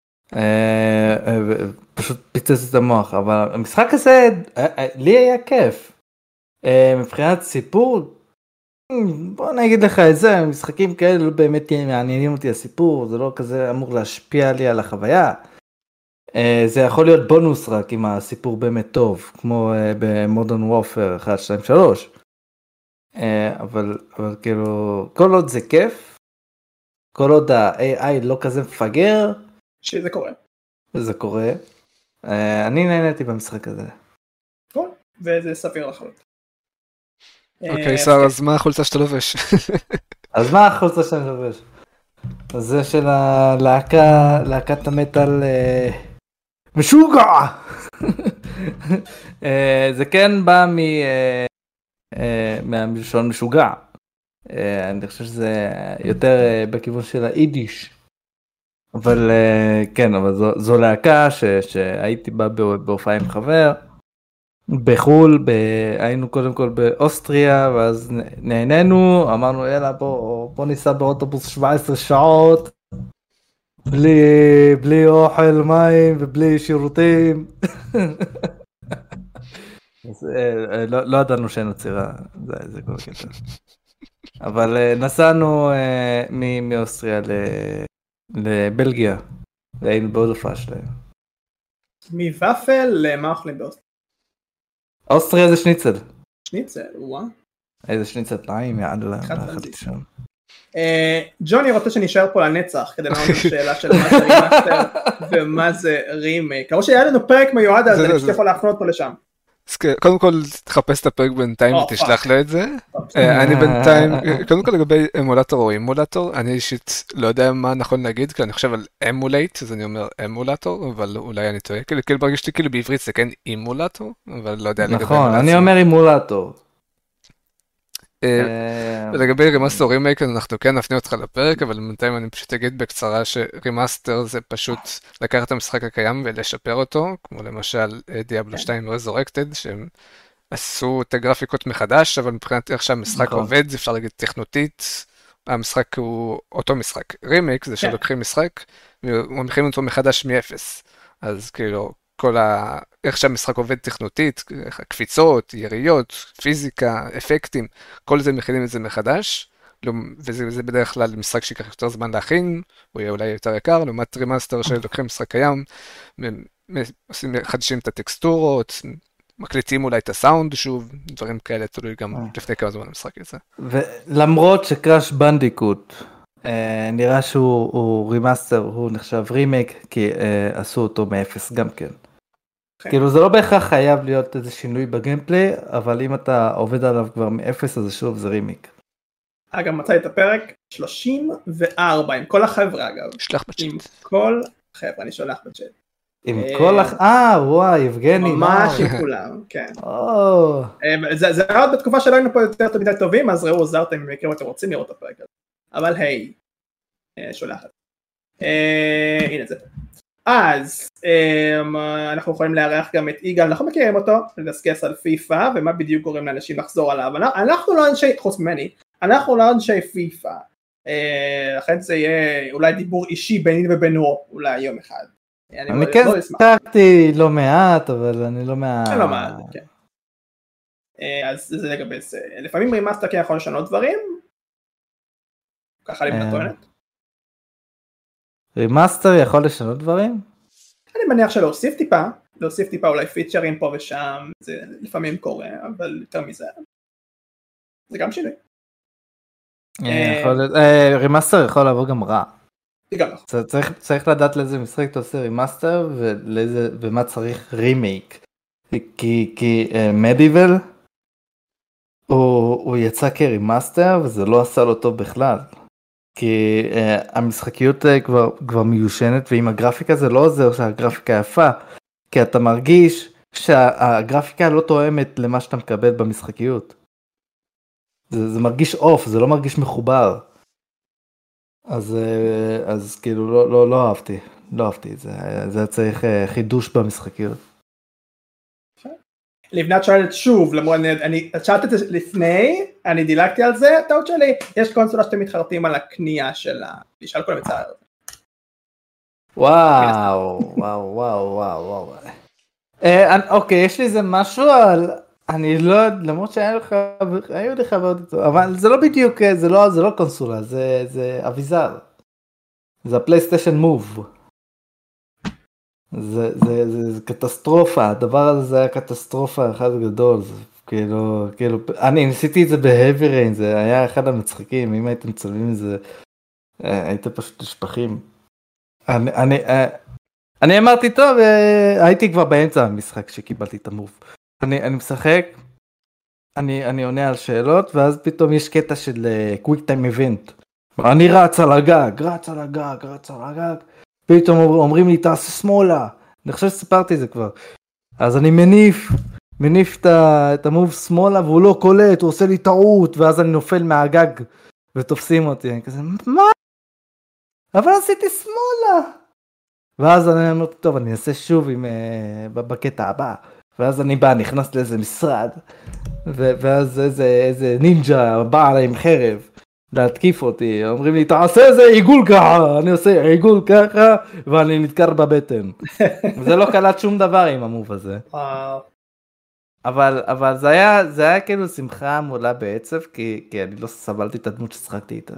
פשוט פיצץ את המוח, אבל המשחק הזה, לי היה כיף. מבחינת סיפור, בוא נגיד לך את זה, משחקים כאלה לא באמת מעניינים אותי הסיפור, זה לא כזה אמור להשפיע לי על החוויה. זה יכול להיות בונוס רק אם הסיפור באמת טוב, כמו במודרן וורפר אחת, שתיים, שלוש. אבל, אבל כאילו, כל עוד זה כיף, כל עוד ה-איי איי לא כזה מפגר, שזה קורה. זה קורה. אני נהניתי במשחק הזה. טוב, וזה סביר לחלוטין. אוקיי, שר, אז מה החולצה שאתה לובש? אז מה החולצה שאני לובש? זה של הלהקה, להקת המטל משוגע. זה כן בא מהמלשון משוגע. אני חושב שזה יותר בכיוון של היידיש. אבל כן, אבל זו, זו להקה ש, שהייתי בה בהופעה עם חבר. בחול, ב... היינו קודם כל באוסטריה, ואז נהנינו, אמרנו יאללה בוא, בוא ניסע באוטובוס שבע עשרה שעות, בלי, בלי אוכל, מים ובלי שירותים. אז, לא, לא ידענו שאין עצירה, זה, זה כל כך. אבל נסענו מ- מאוסטריה ל... לבלגיה, והיינו בעוד הופעה שלהם. מוואפל למה אוכלים באוסטריה? אוסטריה זה שניצל. שניצל, וואה. איזה שניצל טעים, יעדלה, באחד שם. ג'וני רוצה שנשאר פה לנצח, כדי לענות את השאלה של מה זה רימאסטר ומה זה רימייק. כמו שהיה לנו פרק מיועד על זה, אני פשוט יכול להפנות פה לשם. קודם כל תחפש את הפרק בינתיים ותשלח לו את זה. אני בינתיים, קודם כל לגבי אמולטור או אימולטור, אני אישית לא יודע מה נכון להגיד, כי אני חושב על אמולייט, אז אני אומר אמולטור, אבל אולי אני טועה, כאילו ברגיש לי כאילו בעברית זה כן אימולטור, אבל לא יודע לגבי נכון, אני אומר אימולטור. לגבי רימאסטר רימייק אנחנו כן נפנה אותך לפרק, אבל בינתיים אני פשוט אגיד בקצרה שרימאסטר זה פשוט לקחת את המשחק הקיים ולשפר אותו, כמו למשל דיאבלו שתיים רזורקטד, שהם עשו את הגרפיקות מחדש, אבל מבחינת איך שהמשחק עובד, אפשר להגיד טכנותית, המשחק הוא אותו משחק. רימייק זה שלוקחים משחק וממחילים אותו מחדש מאפס, אז כאילו כל ה... איך שהמשחק עובד טכנותית, קפיצות, יריות, פיזיקה, אפקטים, כל זה מכילים את זה מחדש, וזה, וזה בדרך כלל משחק שיקח יותר זמן להכין, הוא יהיה אולי יותר יקר, לעומת רימאסטר שלוקחים משחק קיים, עושים חדשים את הטקסטורות, מקליטים אולי את הסאונד שוב, דברים כאלה, תלוי גם לפני כמה זמן המשחק יצא. ולמרות שקראש בנדיקוט, נראה שהוא רימאסטר, הוא נחשב רימייק, כי עשו אותו מאפס גם כן. כאילו זה לא בהכרח חייב להיות איזה שינוי בגיימפליי, אבל אם אתה עובד עליו כבר מאפס, אז שוב זה רימיק. אגב, מצאתי את הפרק שלושים וארבע, עם כל החבר'ה אגב. שלח בצ'אט. עם כל חבר'ה, אני שולח בצ'אט. עם כל הח... אה, וואי, יבגני. ממש עם כולם, כן. או. זה היה עוד בתקופה שלא היינו פה יותר מדי טובים, אז ראו, עזרתם אם מכירים אתם רוצים לראות את הפרק הזה. אבל היי, שולחת. הנה זה. אז אנחנו יכולים לארח גם את יגאל, אנחנו מכירים אותו, לדסקס על פיפה, ומה בדיוק גורם לאנשים לחזור עליו. אנחנו לא אנשי, חוץ ממני, אנחנו לא אנשי פיפה, לכן זה יהיה אולי דיבור אישי ביני ובינו, אולי יום אחד. אני כן זכרתי לא מעט, אבל אני לא מעט. לא מעט, כן. אז זה לגבי זה. לפעמים רימאסטר כן יכול לשנות דברים, ככה לבנה טוענת. רימאסטר יכול לשנות דברים? אני מניח שלהוסיף טיפה, להוסיף טיפה אולי פיצ'רים פה ושם, זה לפעמים קורה, אבל יותר מזה. זה גם שינוי. רימאסטר יכול לעבור גם רע. גם נכון. צריך לדעת לאיזה משחק אתה עושה רימאסטר, ומה צריך רימייק. כי מדיבל, הוא יצא כרימאסטר, וזה לא עשה לו טוב בכלל. כי uh, המשחקיות uh, כבר, כבר מיושנת, ועם הגרפיקה זה לא עוזר שהגרפיקה יפה, כי אתה מרגיש שהגרפיקה לא תואמת למה שאתה מקבל במשחקיות. זה, זה מרגיש אוף, זה לא מרגיש מחובר. אז, uh, אז כאילו לא, לא, לא אהבתי, לא אהבתי את זה, זה צריך uh, חידוש במשחקיות. לבנת שואלת שוב, למרות אני שאלתי את זה לפני, אני דילגתי על זה, טעות שלי, יש קונסולה שאתם מתחרטים על הקנייה שלה, נשאל כל המצער. וואו, וואו, וואו, וואו, וואו. אוקיי, יש לי איזה משהו על, אני לא, למרות שהיו לך, היו לי חברות איתו, אבל זה לא בדיוק, זה לא, זה לא קונסולה, זה, זה אביזר. זה הפלייסטיישן מוב. זה, זה, זה, זה קטסטרופה, הדבר הזה זה היה קטסטרופה אחד גדול, זה כאילו, כאילו, אני ניסיתי את זה בהאבי ריין, זה היה אחד המצחיקים, אם הייתם צלמים את זה, הייתם פשוט נשפכים. אני, אני, אני אמרתי טוב, הייתי כבר באמצע המשחק שקיבלתי את המוב. אני, אני משחק, אני, אני עונה על שאלות, ואז פתאום יש קטע של קוויק טיים איבנט, אני רץ על הגג, רץ על הגג, רץ על הגג, פתאום אומרים לי תעשה שמאלה, אני חושב שסיפרתי את זה כבר, אז אני מניף, מניף את המוב שמאלה והוא לא קולט, הוא עושה לי טעות, ואז אני נופל מהגג ותופסים אותי, אני כזה, מה? אבל עשיתי שמאלה. ואז אני אומר, טוב, אני אעשה שוב עם, בקטע הבא, ואז אני בא, נכנס לאיזה משרד, ואז איזה, איזה נינג'ה בא עליי עם חרב, להתקיף אותי, אומרים לי, תעשה איזה עיגול ככה, אני עושה עיגול ככה, ואני נתקר בבטן. זה לא קלט שום דבר עם המוב הזה. אבל, אבל זה היה, זה היה כאילו שמחה מולה בעצב, כי, כי אני לא סבלתי את הדמות ששחקתי איתה.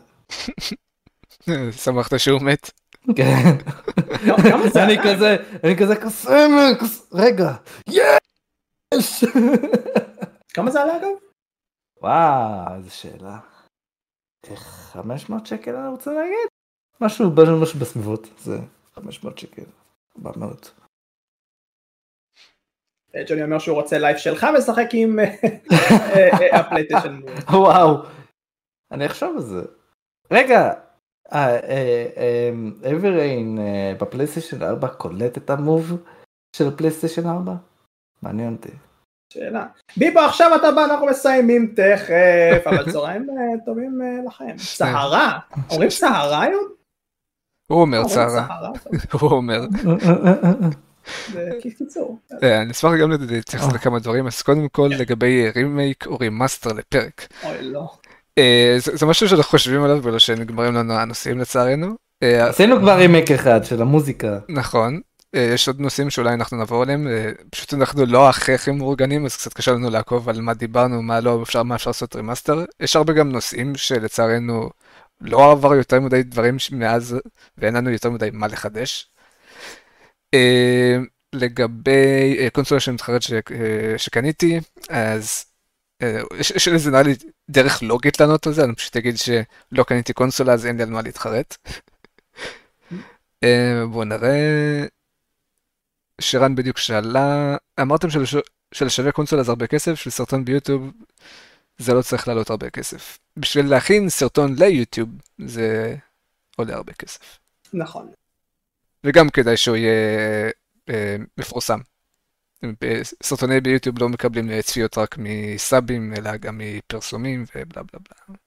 שמחת שהוא מת. כן. אני כזה, אני כזה קסם, רגע, יש! כמה זה עלה אגב? וואו, איזה שאלה. חמש מאות שקל אני רוצה להגיד? משהו, משהו בסביבות, זה חמש מאות שקל, ארבע מאות. ג'וני אומר שהוא רוצה לייב שלך משחק עם הפלייטיישן. וואו, אני אחשוב על זה. רגע, אבריין בפלייסטיישן ארבע קולט את המוב של הפלייסטיישן ארבע? מעניין אותי. שאלה. ביבו, עכשיו אתה בא, אנחנו מסיימים תכף, אבל צהריים טובים לכם. סהרה? אומרים סהרה היום? הוא אומר סהרה. הוא אומר. זה קיצור. אני אשמח גם להתייחס לכמה דברים, אז קודם כל לגבי רימייק או רימאסטר לפרק. אוי לא. זה משהו שאנחנו חושבים עליו ולא שנגמרים לנו הנושאים לצערנו. עשינו כבר רימייק אחד של המוזיקה. נכון. יש עוד נושאים שאולי אנחנו נעבור עליהם, פשוט אנחנו לא הכי הכי מאורגנים, אז קצת קשה לנו לעקוב על מה דיברנו, מה לא, אפשר, מה אפשר לעשות רימאסטר. יש הרבה גם נושאים שלצערנו לא עבר יותר מדי דברים מאז, ואין לנו יותר מדי מה לחדש. לגבי קונסולה שמתחרט שקניתי, אז יש לזה נראה לי דרך לוגית לענות על זה, אני פשוט אגיד שלא קניתי קונסולה, אז אין לי על מה להתחרט. בואו נראה. שירן בדיוק שאלה, אמרתם שלשווה קונסולה זה הרבה כסף, של סרטון ביוטיוב זה לא צריך לעלות הרבה כסף. בשביל להכין סרטון ליוטיוב זה עולה הרבה כסף. נכון. וגם כדאי שהוא יהיה אה, מפורסם. סרטוני ביוטיוב לא מקבלים צפיות רק מסאבים, אלא גם מפרסומים ובלה בלה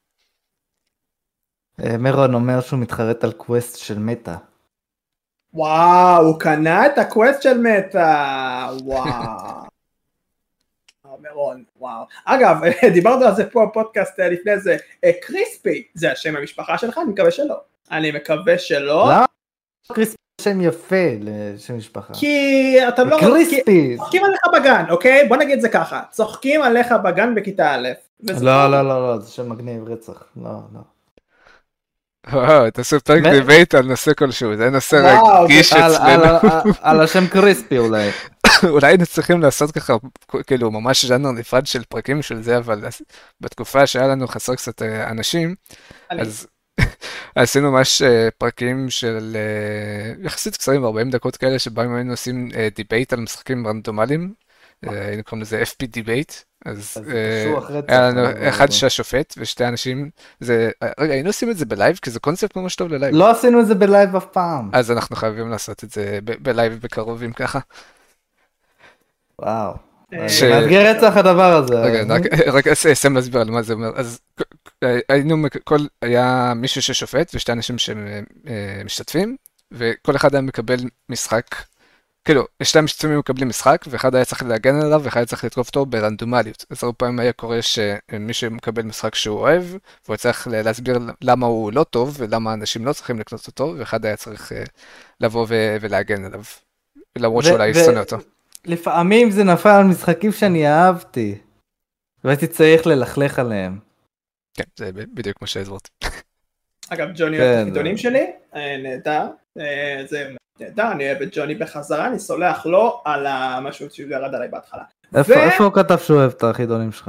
בלה. מרון אומר שהוא מתחרט על קווסט של מטה. וואו, הוא קנה את הקווסט של מטה, וואו. מרון, וואו. אגב, דיברנו על זה פה בפודקאסט לפני זה, קריספי, זה השם המשפחה שלך? אני מקווה שלא. אני מקווה שלא. לא? קריספי שם יפה לשם משפחה. כי אתה לא... קריספי. צוחקים עליך בגן, אוקיי? בוא נגיד את זה ככה. צוחקים עליך בגן בכיתה א'. לא, לא, לא, לא, זה שם מגניב רצח. לא, לא. וואו, תעשו פרק דיבייט על נושא כלשהו, זה נושא רגיש אצלנו. על השם קריספי אולי. אולי היינו צריכים לעשות ככה, כאילו ממש ז'אנר נפרד של פרקים של זה, אבל בתקופה שהיה לנו חסר קצת אנשים, אז עשינו ממש פרקים של יחסית קצרים, ארבעים דקות כאלה, שבהם היינו עושים דיבייט על משחקים רנדומליים, היינו קוראים לזה אף פי דיבייט, אז היה לנו אחד שהשופט ושתי אנשים, רגע, היינו עושים את זה בלייב, כי זה קונספט ממש טוב ללייב. לא עשינו את זה בלייב אף פעם. אז אנחנו חייבים לעשות את זה בלייב בקרוב, אם ככה. וואו, מאתגר רצח הדבר הזה. רגע, רק אסיים להסביר על מה זה אומר. אז היינו, היה מישהו ששופט ושתי אנשים שמשתתפים, וכל אחד היה מקבל משחק, כאילו, שתי המשתתפים מקבלים משחק, ואחד היה צריך להגן עליו, ואחד היה צריך לתקוף אותו ברנדומליות. אז הרבה פעמים היה קורה שמישהו מקבל משחק שהוא אוהב, והוא צריך להסביר למה הוא לא טוב, ולמה אנשים לא צריכים לקנות אותו, ואחד היה צריך לבוא ולהגן עליו, למרות שאולי ישונא אותו. לפעמים זה נפל על משחקים שאני אהבתי, והייתי צריך ללכלך עליהם. כן, זה בדיוק מה שהסברתי. אגב, ג'וני אוהב את החידונים שלי, נהדר, זה נהדר, אני אוהב את ג'וני בחזרה, אני סולח לו על משהו שירד עליי בהתחלה. איפה הוא כתב שהוא אוהב את החידונים שלך?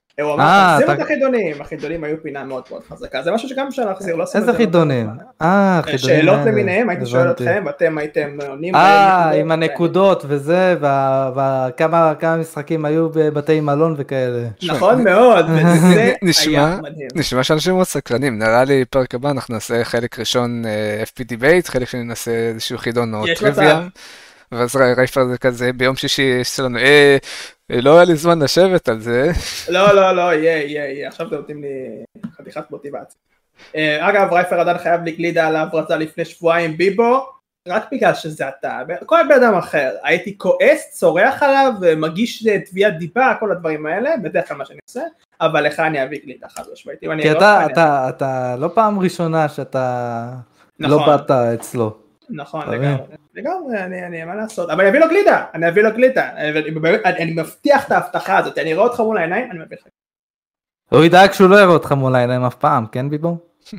הוא אמר, תחזירו את החידונים, החידונים היו פינה מאוד מאוד חזקה, זה משהו שגם אפשר להחזיר, לא איזה חידונים? אה, חידונים. שאלות למיניהם, הייתי שואל אתכם, ואתם הייתם עונים. אה, עם הנקודות וזה, וכמה משחקים היו בבתי מלון וכאלה. נכון מאוד, וזה היה מדהים. נשמע שאנשים מאוד סקרנים, נראה לי פרק הבא אנחנו נעשה חלק ראשון אף פי דיבייט, חלק שני נעשה איזשהו חידון או טריוויה. ואז רייפר זה כזה ביום שישי יש לנו, אה, לא היה לי זמן לשבת על זה. לא, לא, לא, יהיה, יהיה, יהיה, עכשיו אתם נותנים לי חתיכת מוטיבציה. אגב, רייפר עדיין חייב לי גלידה על ההברצה לפני שבועיים ביבו, רק בגלל שזה אתה, כל בן אדם אחר, הייתי כועס, צורח עליו, מגיש תביעת דיבה, כל הדברים האלה, בדרך כלל מה שאני עושה, אבל לך אני אביא גלידה חד משמעית. כי אתה, אתה, אתה לא פעם ראשונה שאתה לא באת אצלו. נכון, לגמרי, לגמרי, אני, מה לעשות, אבל אני אביא לו גלידה, אני אביא לו גלידה, אני מבטיח את ההבטחה הזאת, אני אראה אותך מול העיניים, אני מביא לך. הוא ידאג שהוא לא יראה אותך מול העיניים אף פעם, כן ביבו?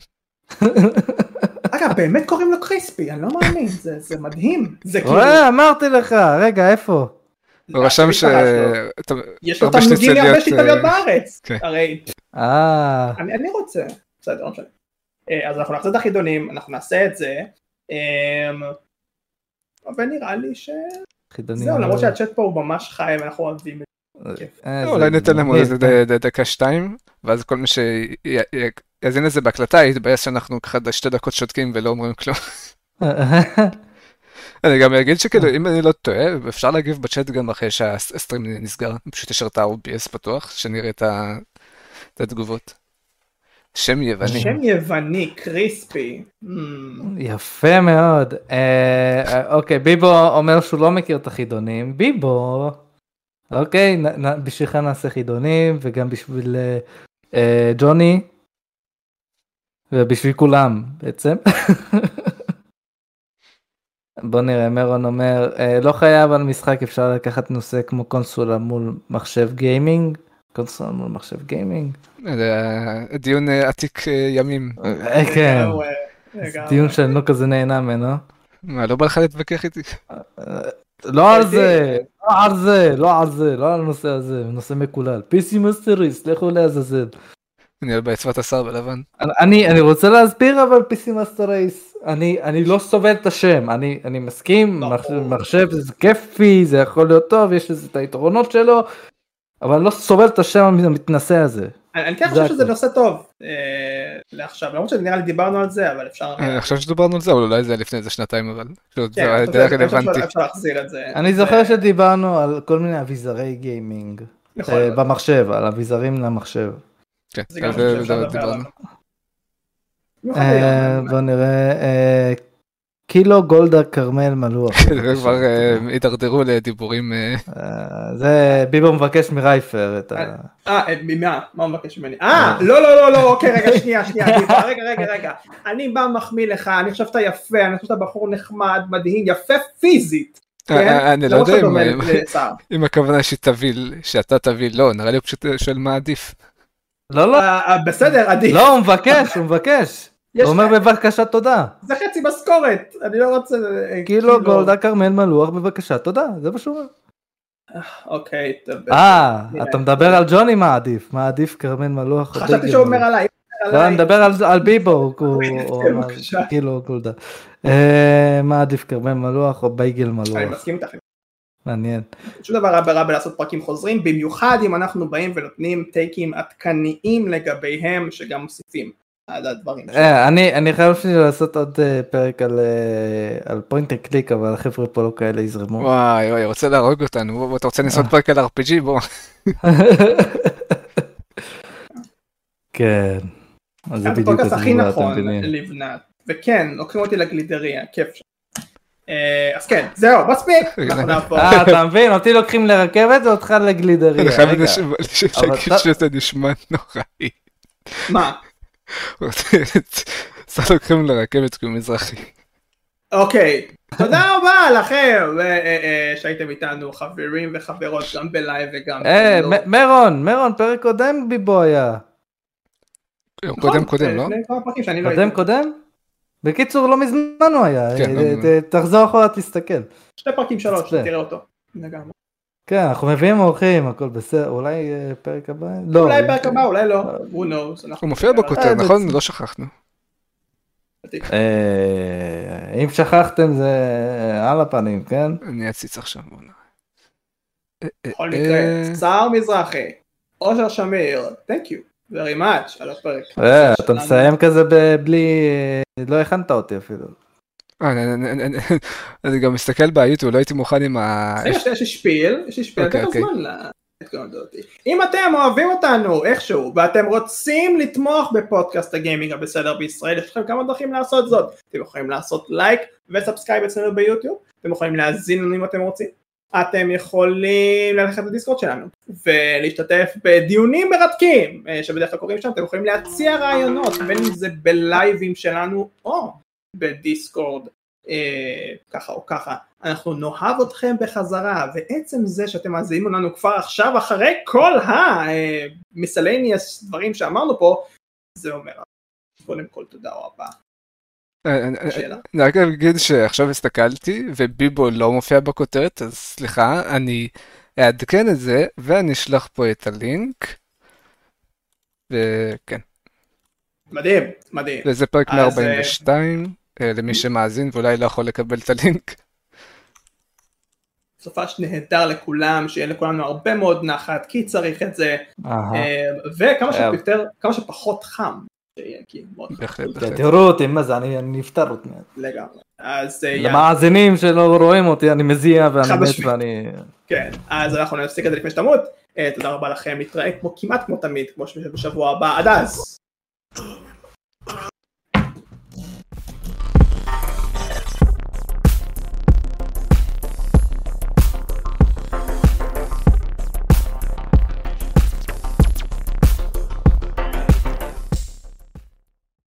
אגב, באמת קוראים לו קריספי, אני לא מאמין, זה מדהים, זה כאילו... אמרתי לך, רגע, איפה? הוא רשם ש... יש לו תמלוגים מהרבה שיטליות בארץ, הרי... אני רוצה, בסדר, לא משנה. אז אנחנו נחזור את החידונים, אנחנו נעשה את זה, ונראה לי ש... זהו, למרות שהצ'אט פה הוא ממש חי ואנחנו אוהבים את זה. אולי ניתן לנו איזה דקה שתיים, ואז כל מי שיזין את זה בהקלטה יתבאס שאנחנו ככה שתי דקות שותקים ולא אומרים כלום. אני גם אגיד שכאילו אם אני לא טועה אפשר להגיב בצ'אט גם אחרי שהסטרים נסגר, פשוט יש את ה-או בי אס פתוח שנראה את התגובות. שם יווני. שם יווני, קריספי. יפה מאוד. אוקיי, ביבו אומר שהוא לא מכיר את החידונים. ביבו, אוקיי, בשבילך נעשה חידונים, וגם בשביל ג'וני, ובשביל כולם בעצם. בוא נראה, מרון אומר, לא חייב על משחק, אפשר לקחת נושא כמו קונסולה מול מחשב גיימינג. קונסולה מול מחשב גיימינג. דיון עתיק ימים. כן, דיון שאני לא כזה נהנה ממנו. מה, לא בא לך להתווכח איתי? לא על זה, לא על זה, לא על זה, לא על הנושא הזה, נושא מקולל. פי סי מאסטר רייס, לכו לעזאזל. אני על בעצבת השר בלבן. אני רוצה להסביר אבל פי סי מאסטר רייס, אני לא סובל את השם, אני מסכים, מחשב זה כיפי, זה יכול להיות טוב, יש לזה את היתרונות שלו, אבל אני לא סובל את השם המתנשא הזה. אני כן חושב שזה נושא טוב לעכשיו, למרות שנראה לי דיברנו על זה, אבל אפשר... אני חושב שדיברנו על זה, אבל אולי זה לפני איזה שנתיים, אבל... כן, אפשר להחזיר את זה. אני זוכר שדיברנו על כל מיני אביזרי גיימינג במחשב, על אביזרים למחשב. כן, זה דיברנו. בוא נראה... קילו גולדה קרמל מלוח. כבר הידרדרו לדיבורים. זה ביבו מבקש מרייפר את ה... אה, ממה? מה הוא מבקש ממני? אה, לא, לא, לא, לא, אוקיי, רגע, שנייה, שנייה, רגע, רגע, רגע. אני בא מחמיא לך, אני חושב שאתה יפה, אני חושב שאתה בחור נחמד, מדהים, יפה פיזית. אני לא יודע אם הכוונה שתביל, שאתה תביל, לא, נראה לי הוא פשוט שואל מה עדיף. לא, לא. בסדר, עדיף. לא, הוא מבקש, הוא מבקש. הוא אומר בבקשה תודה. זה חצי משכורת, אני לא רוצה... קילו גולדה קרמל מלוח בבקשה תודה, זה בשורה. אוקיי, אה, אתה מדבר על ג'וני מה עדיף, מה עדיף קרמל מלוח? חשבתי שהוא אומר עליי. לא, אני מדבר על ביבו, קילו גולדה. מה עדיף קרמל מלוח או בייגל מלוח? אני מסכים איתך. מעניין. שום דבר רע ברע בלעשות פרקים חוזרים, במיוחד אם אנחנו באים ונותנים טייקים עדכניים לגביהם שגם מוסיפים. אני חייב לעשות עוד פרק על פוינט אנד קליק, אבל החבר'ה פה לא כאלה יזרמו. וואי וואי, רוצה להרוג אותנו, אתה רוצה לעשות פרק על אר פי ג'י? בוא. כן. זה הפודקאסט הכי נכון לבנת, וכן, לוקחים אותי לגלידריה, כיף שם. אז כן, זהו, מספיק. אתה מבין, אותי לוקחים לרכבת ואותך לגלידריה. אני חייב להגיד שזה נשמע נוראי. מה? צריך לוקחים לרכבת כי הוא מזרחי. אוקיי, תודה רבה לכם שהייתם איתנו חברים וחברות גם בלייב וגם... מרון, מרון, פרק קודם ביבו היה. קודם קודם, לא? קודם קודם? בקיצור לא מזמן הוא היה, תחזור אחורה תסתכל. שתי פרקים שלוש, תראה אותו. כן, אנחנו מביאים אורחים, הכל בסדר, אולי פרק הבא? לא. אולי פרק הבא, אולי לא. who knows. הוא מופיע בכותרת, נכון? לא שכחנו. אם שכחתם זה על הפנים, כן? אני אציץ עכשיו. בכל מקרה, שר מזרחי, אושר שמיר, thank you very much על הפרק. אתה מסיים כזה בלי, לא הכנת אותי אפילו. אני גם מסתכל ביוטיוב, לא הייתי מוכן עם ה... יש לי שפיל, יש לי שפיל, אתה זמן להתקנות אותי. אם אתם אוהבים אותנו איכשהו, ואתם רוצים לתמוך בפודקאסט הגיימינג הבסדר בישראל, יש לכם כמה דרכים לעשות זאת. אתם יכולים לעשות לייק וסאבסקרייב אצלנו ביוטיוב, אתם יכולים להאזין לנו אם אתם רוצים. אתם יכולים ללכת לדיסקורד שלנו, ולהשתתף בדיונים מרתקים, שבדרך כלל קוראים שם, אתם יכולים להציע רעיונות, בין אם זה בלייבים שלנו, או בדיסקורד, אה, ככה או ככה. אנחנו נאהב אתכם בחזרה, ועצם זה שאתם מאזינים לנו כבר עכשיו, אחרי כל המסלניאס דברים שאמרנו פה, זה אומר, קודם כל תודה רבה. אני רק אגיד שעכשיו הסתכלתי וביבו לא מופיע בכותרת, אז סליחה, אני אעדכן את זה ואני אשלח פה את הלינק וכן. מדהים, מדהים. וזה פרק מאה ארבעים ושתיים למי שמאזין ואולי לא יכול לקבל את הלינק. סופש נהדר לכולם, שיהיה לכולנו הרבה מאוד נחת כי צריך את זה, וכמה שפחות חם. תראו אותי, מה זה, אני נפטר אותי. לגמרי. למאזינים שלא רואים אותי, אני מזיע ואני מת ואני... כן, אז אנחנו נפסיק את זה לפני שתמות. תודה רבה לכם, נתראה כמו כמעט כמו תמיד, כמו שבשבוע הבא, עד אז.